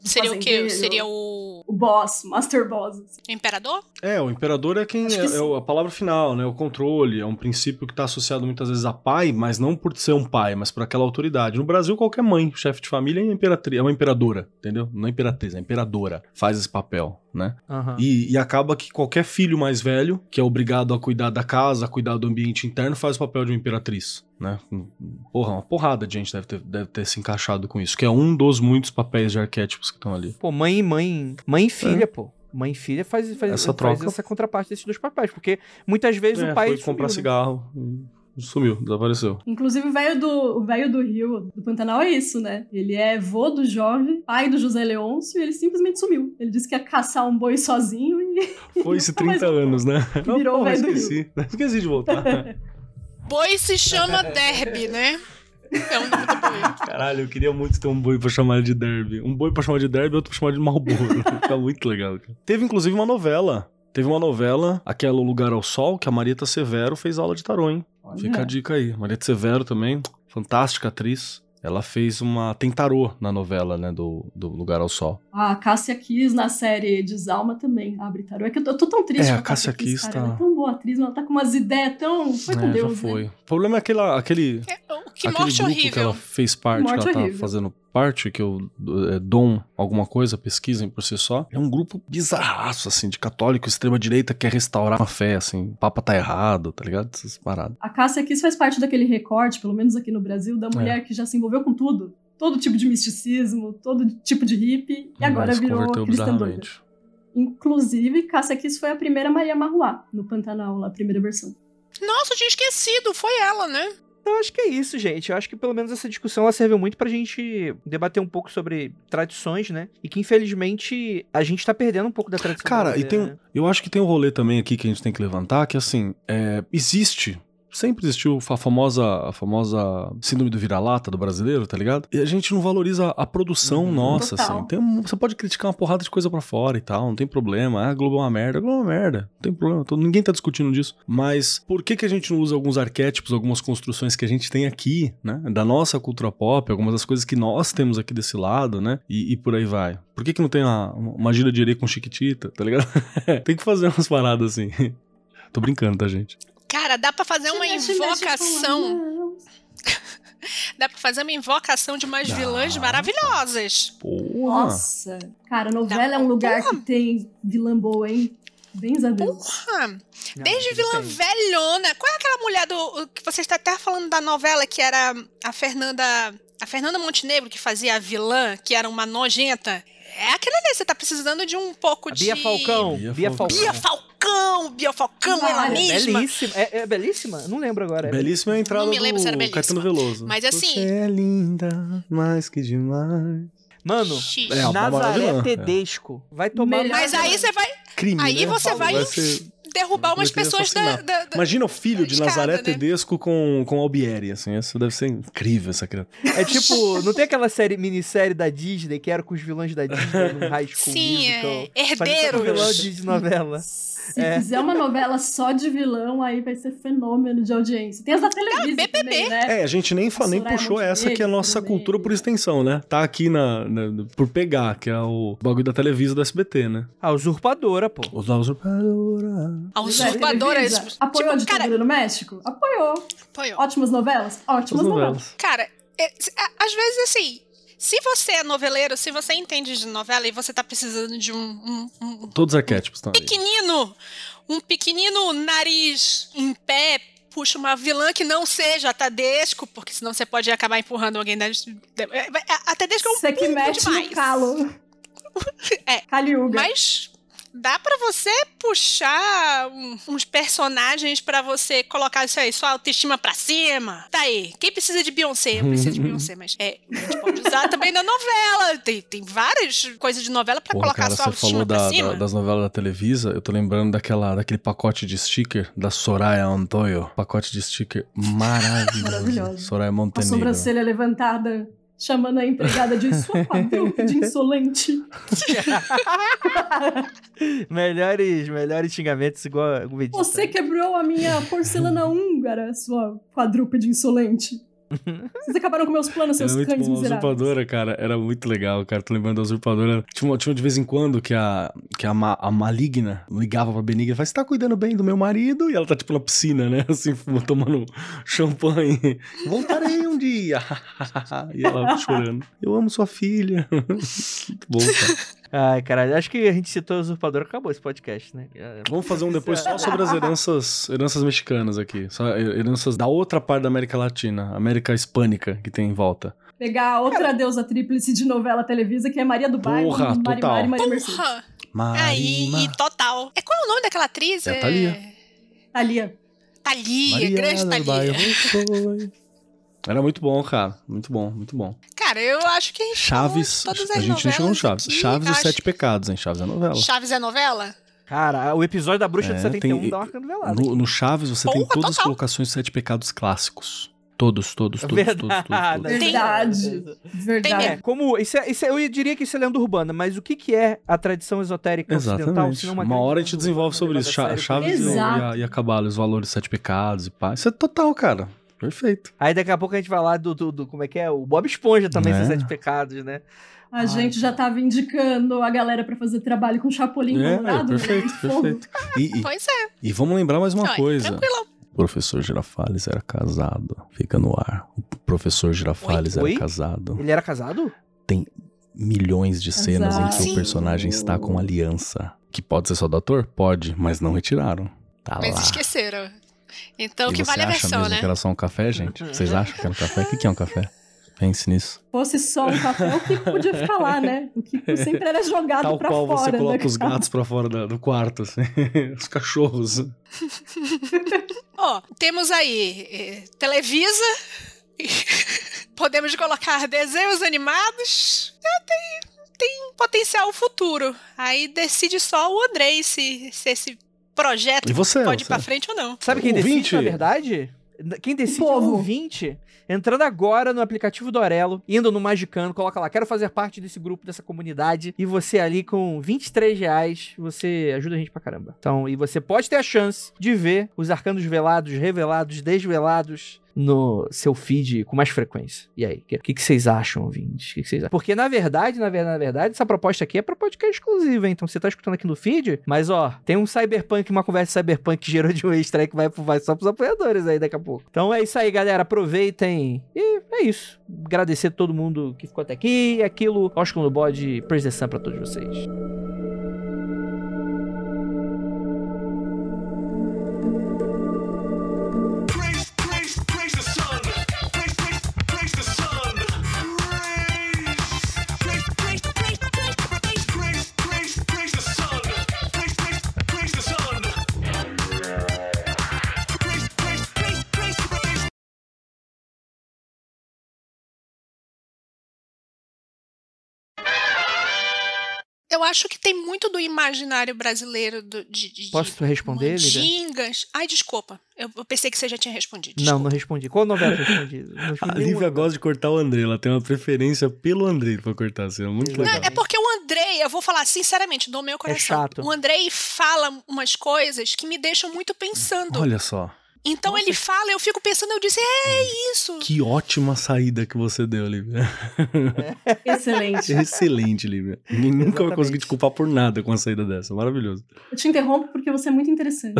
Seria o quê? fazendeiro, Seria o... O boss, master boss. assim. o imperador? É, o imperador é quem Acho é, que é sim. a palavra final, né? O controle, é um princípio que tá associado muitas vezes a pai, mas não por ser um pai, mas por aquela autoridade. No Brasil, qualquer mãe, chefe de família é imperatriz, é uma imperadora, entendeu? Não é imperatriz, é imperadora. Faz esse papel, né? Aham. E, e acaba que qualquer filho mais velho, que é obrigado a cuidar da casa, a cuidar do ambiente interno, faz o papel de uma imperatriz, né? Porra, uma porrada de gente deve ter, deve ter se encaixado com isso, que é um dos muitos papéis de arquétipos que estão ali. Pô, mãe e mãe. Mãe e filha, pô. Mãe e filha faz, faz, Essa faz troca. essa contraparte desses dois papéis. Porque muitas vezes É, o pai. foi comprar sumiu, né? cigarro, e sumiu, desapareceu. Inclusive, o velho do, o velho do Rio, do Pantanal, é isso, né? Ele é vô do Jovem, pai do José Leôncio, e ele simplesmente sumiu. Ele disse que ia caçar um boi sozinho e... Foi-se nunca mais trinta voltou. anos, né? E virou Porra, o velho do esqueci. Esqueci de voltar. Boi se chama Derby, né? É o nome do boi. Caralho, eu queria muito ter um boi pra chamar de Derby. Um boi pra chamar de Derby e outro pra chamar de Marlboro. Fica muito legal, cara. Teve, inclusive, uma novela. Teve uma novela, aquela O Lugar ao Sol, que a Marieta Severo fez aula de tarô, hein? Olha. Fica a dica aí. Marieta Severo também, fantástica atriz. Ela fez uma... Tem tarô na novela, né, do, do Lugar ao Sol. A Cássia Kiss, na série Desalma, também abre tarô. É que eu tô, eu tô tão triste É, com a Cássia Kiss cara. tá- Ela é tão boa atriz, mas ela tá com umas ideias tão... Foi com É, Deus, já foi. né? O problema é aquela, aquele... É, oh, que aquele morte grupo horrível. que ela fez parte, Morte que ela tá horrível. fazendo parte, que eu é, Dom alguma coisa, pesquisem por si só. É um grupo bizarraço, assim, de católico, extrema-direita, que quer restaurar a fé, assim. O Papa tá errado, tá ligado? Essas paradas. A Cássia Kiss faz parte daquele recorte, pelo menos aqui no Brasil, da mulher É. que já se envolveu com tudo. Todo tipo de misticismo, todo tipo de hippie, e agora Mas virou converteu cristã doida. bizarramente. Inclusive, Cássia Kiss foi a primeira Maria Marruá, no Pantanal, lá, a primeira versão. Nossa, eu tinha esquecido. Foi ela, né? Então acho que é isso, gente. Eu acho que pelo menos essa discussão ela serviu muito pra gente debater um pouco sobre tradições, né? E que infelizmente a gente tá perdendo um pouco da tradição. Cara, e brasileira, tem, né? eu acho que tem um rolê também aqui que a gente tem que levantar, que assim, é, existe... Sempre existiu a famosa, a famosa síndrome do vira-lata do brasileiro, tá ligado? E a gente não valoriza a produção Uhum. nossa, Total. assim. Tem um- você pode criticar uma porrada de coisa pra fora e tal, não tem problema. Ah, a Globo é uma merda. A Globo é uma merda. Não tem problema. Todo- ninguém tá discutindo disso. Mas por que que a gente não usa alguns arquétipos, algumas construções que a gente tem aqui, né? Da nossa cultura pop, algumas das coisas que nós temos aqui desse lado, né? E, e por aí vai. Por que que não tem uma, uma gira de areia com chiquitita, tá ligado? Tem que fazer umas paradas assim. Tô brincando, tá, gente? Cara, dá pra fazer uma Mexe, mexe com a invocação. mão. Dá pra fazer uma invocação de umas Dá. vilãs maravilhosas. Porra. Nossa. Cara, novela Dá- é um lugar Porra. que tem vilã boa, hein? Bens a Deus. Porra! Não, Desde tudo vilã bem. velhona. Qual é aquela mulher do. Que você está até falando da novela que era a Fernanda. A Fernanda Montenegro que fazia a vilã, que era uma nojenta. É aquela ali, você tá precisando de um pouco A de. Bia Falcão. Bia Bia Falcão. Falcão. Bia Falcão! Bia Falcão, ela Ah, é mesma. Belíssima. É, é belíssima? Não lembro agora. É Belíssima é a entrada Não me lembro do se era belíssima. Caetano Veloso. Mas assim- Você é linda, mais que demais. Mano, Xixi. É, a Nazaré vilã, Tedesco. Vai tomar... Melhor. Mas aí você vai Crime, Aí né? você vai- ser- derrubar umas vai ter pessoas da, assassinato. da, da- Imagina o filho de escada, Nazaré né? Tedesco com, com Albieri, assim. Isso deve ser incrível, essa criatura. É tipo, não tem aquela série, minissérie da Disney que era com os vilões da Disney no High School Sim, Musical? é. Só que com Herdeiros. vilão de novela. Se É. fizer uma novela só de vilão, aí vai ser fenômeno de audiência. Tem as da televisão B B B. também, né? É, a gente nem, fa- A nem Soraya puxou essa que é a Montenegro nossa também. cultura por extensão, né? Tá aqui na, na- por pegar, que é o bagulho da Televisa do S B T, né? A usurpadora, pô. Os da usurpadora. A Pois é, usurpadora. Televisa. Tipo, Apoiou a ditadura cara, no México? Apoiou. apoiou. Ótimas novelas? Ótimas As novelas. novelas. Cara, é, se- a- às vezes assim, se você é noveleiro, se você entende de novela e você tá precisando de um, um, um Todos os arquétipos estão aí. pequenino, um pequenino nariz em pé, puxa uma vilã que não seja a Tedesco, porque senão você pode acabar empurrando alguém da... A Tedesco é um Você que pouco mete demais. no calo. É. Caliuga. Mas dá pra você puxar um- uns personagens pra você colocar isso aí, sua autoestima pra cima. Tá aí. Quem precisa de Beyoncé? Eu preciso de Beyoncé, mas é, a gente pode usar também na novela. Tem, tem várias coisas de novela pra Porra, colocar cara, sua você autoestima falou pra da, cima. da- das novelas da Televisa, eu tô lembrando daquela, daquele pacote de sticker da Soraya Montoyo. Pacote de sticker maravilhoso. Maravilhoso. Soraya Com a Montenegro. sobrancelha levantada, chamando a empregada de sua quadrupe de insolente. melhores, melhores xingamentos igual o Vegeta. Você quebrou a minha porcelana húngara, sua quadrupe de insolente. Vocês acabaram com meus planos, seus Era muito cães bom. A miseráveis. usurpadora, cara, era muito legal, cara. Tô lembrando da usurpadora. Tinha, uma, tinha de vez em quando que a, que a, ma, a maligna ligava pra Benigna e falava, você tá cuidando bem do meu marido? E ela tá tipo na piscina, né? Assim, tomando champanhe. Voltarei um dia. E ela chorando. Eu amo sua filha. Muito bom, cara. Ai, caralho, acho que a gente citou o usurpador, acabou esse podcast, né? Vamos fazer um depois só sobre as heranças, heranças mexicanas aqui. Só heranças da outra parte da América Latina, América Hispânica, que tem em volta. Pegar outra Cara, deusa tríplice de novela televisa, que é Maria do Bairro, Porra, Mari total. Mari, Maria Mercedes. Porra! Marima. Aí, e total. É, qual é o nome daquela atriz? É a Thalia. Thalia. Thalia, Maria grande do Thalia. Bairro foi. Era muito bom, cara. Muito bom, muito bom. Cara, eu acho que a gente Chaves, falou todas as a gente não chegou no novelas Chaves. aqui, Chaves e os acho- Sete Pecados, hein? Chaves é novela. Chaves é novela? Cara, o episódio da Bruxa É, de setenta e um tem- dá uma canvelada. No, no Chaves você tem Porra, todas as total. colocações dos Sete Pecados clássicos. Todos, todos, todos, todos, todos, todos. Verdade. Verdade. É, como, isso é, isso é- eu diria que isso é lenda urbana, mas o que, que é a tradição esotérica ocidental? Exatamente. Se não Uma, grande hora a gente lenda desenvolve sobre urbana isso. Cha- levada a sério por Chaves e, isso. Exato. a, e a Cabala, os valores dos Sete Pecados e pá. Isso é total, cara. Perfeito. Aí daqui a pouco a gente vai lá do, do, do- como é que é? O Bob Esponja também, É. esses sete pecados, né? A Ai, gente já tava indicando a galera pra fazer trabalho com Chapolin É, colorado. perfeito, né? Fogo. perfeito. E, e, Pois é. e vamos lembrar mais uma Não, é coisa. tranquilo. O professor Girafales era casado. Fica no ar. O professor Girafales Oi? era casado. Ele era casado? Tem milhões de cenas em que Sim. o personagem está com aliança. Que pode ser só do ator? Pode, mas não retiraram. Tá Mas lá. esqueceram. Então E que você vale a acha versão, mesmo né? que era só um café, gente? Vocês acham que era um café? O que que é um café? Pense nisso. Fosse só um café, o Kiko podia ficar lá, né? O Kiko sempre era jogado Tal pra qual fora. você coloca da os casa. gatos pra fora da- do quarto, assim. Os cachorros. Ó, temos aí eh, Televisa. Podemos colocar desenhos animados. É, tem, tem potencial futuro. Aí decide só o Andrei se, se esse projeto E você, pode ir você? pra frente ou não. Sabe quem Ouvinte? decide, na verdade? Quem decide O é o povo. ouvinte, entrando agora no aplicativo do Aurelo, indo no Magicano, coloca lá, quero fazer parte desse grupo, dessa comunidade, e você ali com vinte e três reais, você ajuda a gente pra caramba. Então, e você pode ter a chance de ver os arcanos velados, revelados, desvelados no seu feed com mais frequência. E aí, o que, que, que vocês acham, ouvintes? O que, que vocês acham? Porque, na verdade, na verdade, na verdade, essa proposta aqui é pra podcast exclusivo, hein? Então, você tá escutando aqui no feed, mas, ó, tem um Cyberpunk, uma conversa de Cyberpunk que gerou de um extra aí que vai, vai só pros apoiadores aí daqui a pouco. Então, é isso aí, galera. Aproveitem. E é isso. Agradecer a todo mundo que ficou até aqui. E aquilo, Oscar no bode, Praise the Sun pra todos vocês. Praise, praise, praise the sun. Praise, praise, praise the sun. Praise, praise, praise, praise, praise, praise, praise, praise the sun. Praise, praise, praise the sun. Praise, praise, praise, praise, praise. Eu acho que tem muito do imaginário brasileiro do, de, de, de Posso responder, Lívia? mandingas. Ai, desculpa. Eu, eu pensei que você já tinha respondido. Não, Desculpa. não respondi. Qual novela que eu respondi? Não respondi A nenhuma. Lívia gosta de cortar o André. Ela tem uma preferência pelo André pra cortar. Assim, é muito Não, Não, legal. é porque o Andrei, eu vou falar sinceramente, do meu coração. chato. O Andrei fala umas coisas que me deixam muito pensando. Olha só. Então ele fala, eu fico pensando, eu disse, é isso. Que ótima saída que você deu, Lívia. Excelente. Excelente, Lívia. Ninguém nunca vai Exatamente. conseguir te culpar por nada com uma saída dessa. Maravilhoso. Eu te interrompo porque você é muito interessante.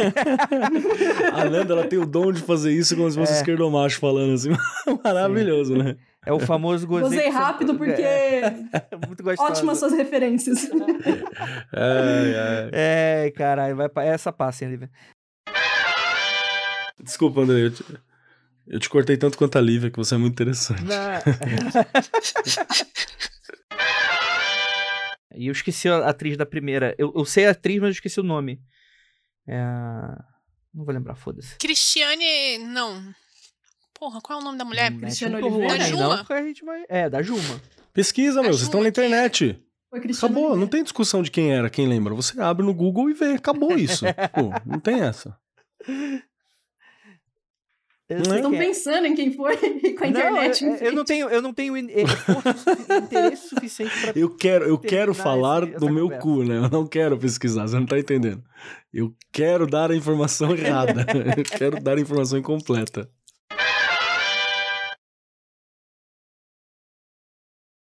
A Nanda, ela tem o dom de fazer isso como se fosse É. esquerdomacho falando assim. Maravilhoso, né? É o famoso gozei. Gozei rápido porque É, muito gostoso. ótimas suas referências. Ai, ai. É, caralho, vai pra essa passa, hein, Lívia? Desculpa, André. Eu te, eu te cortei tanto quanto a Lívia, que você é muito interessante. Na- E eu esqueci a atriz da primeira. Eu, eu sei a atriz, mas eu esqueci o nome. É... a- Não vou lembrar, foda-se. Cristiane, não. Porra, qual é o nome da mulher? Não mete Cristiano muito Oliveira? ruim, Da não, Juma? porque a gente vai... É, da Juma. Pesquisa, meu. A Vocês estão na Juma, internet. Foi Cristiano Acabou. Não Oliveira. tem discussão de quem era, quem lembra. Você abre no Google e vê. Acabou isso. Pô, não tem essa. Eu Não sei é? Estão quem é. pensando em quem foi com a internet. Não, eu, enfim. eu não tenho, eu não tenho in- esforço sufi- interesse suficiente pra... Eu quero, eu Terminar quero falar esse- essa do meu conversa. cu, né? Eu não quero pesquisar, você não tá entendendo. Eu quero dar a informação errada. Eu quero dar a informação incompleta.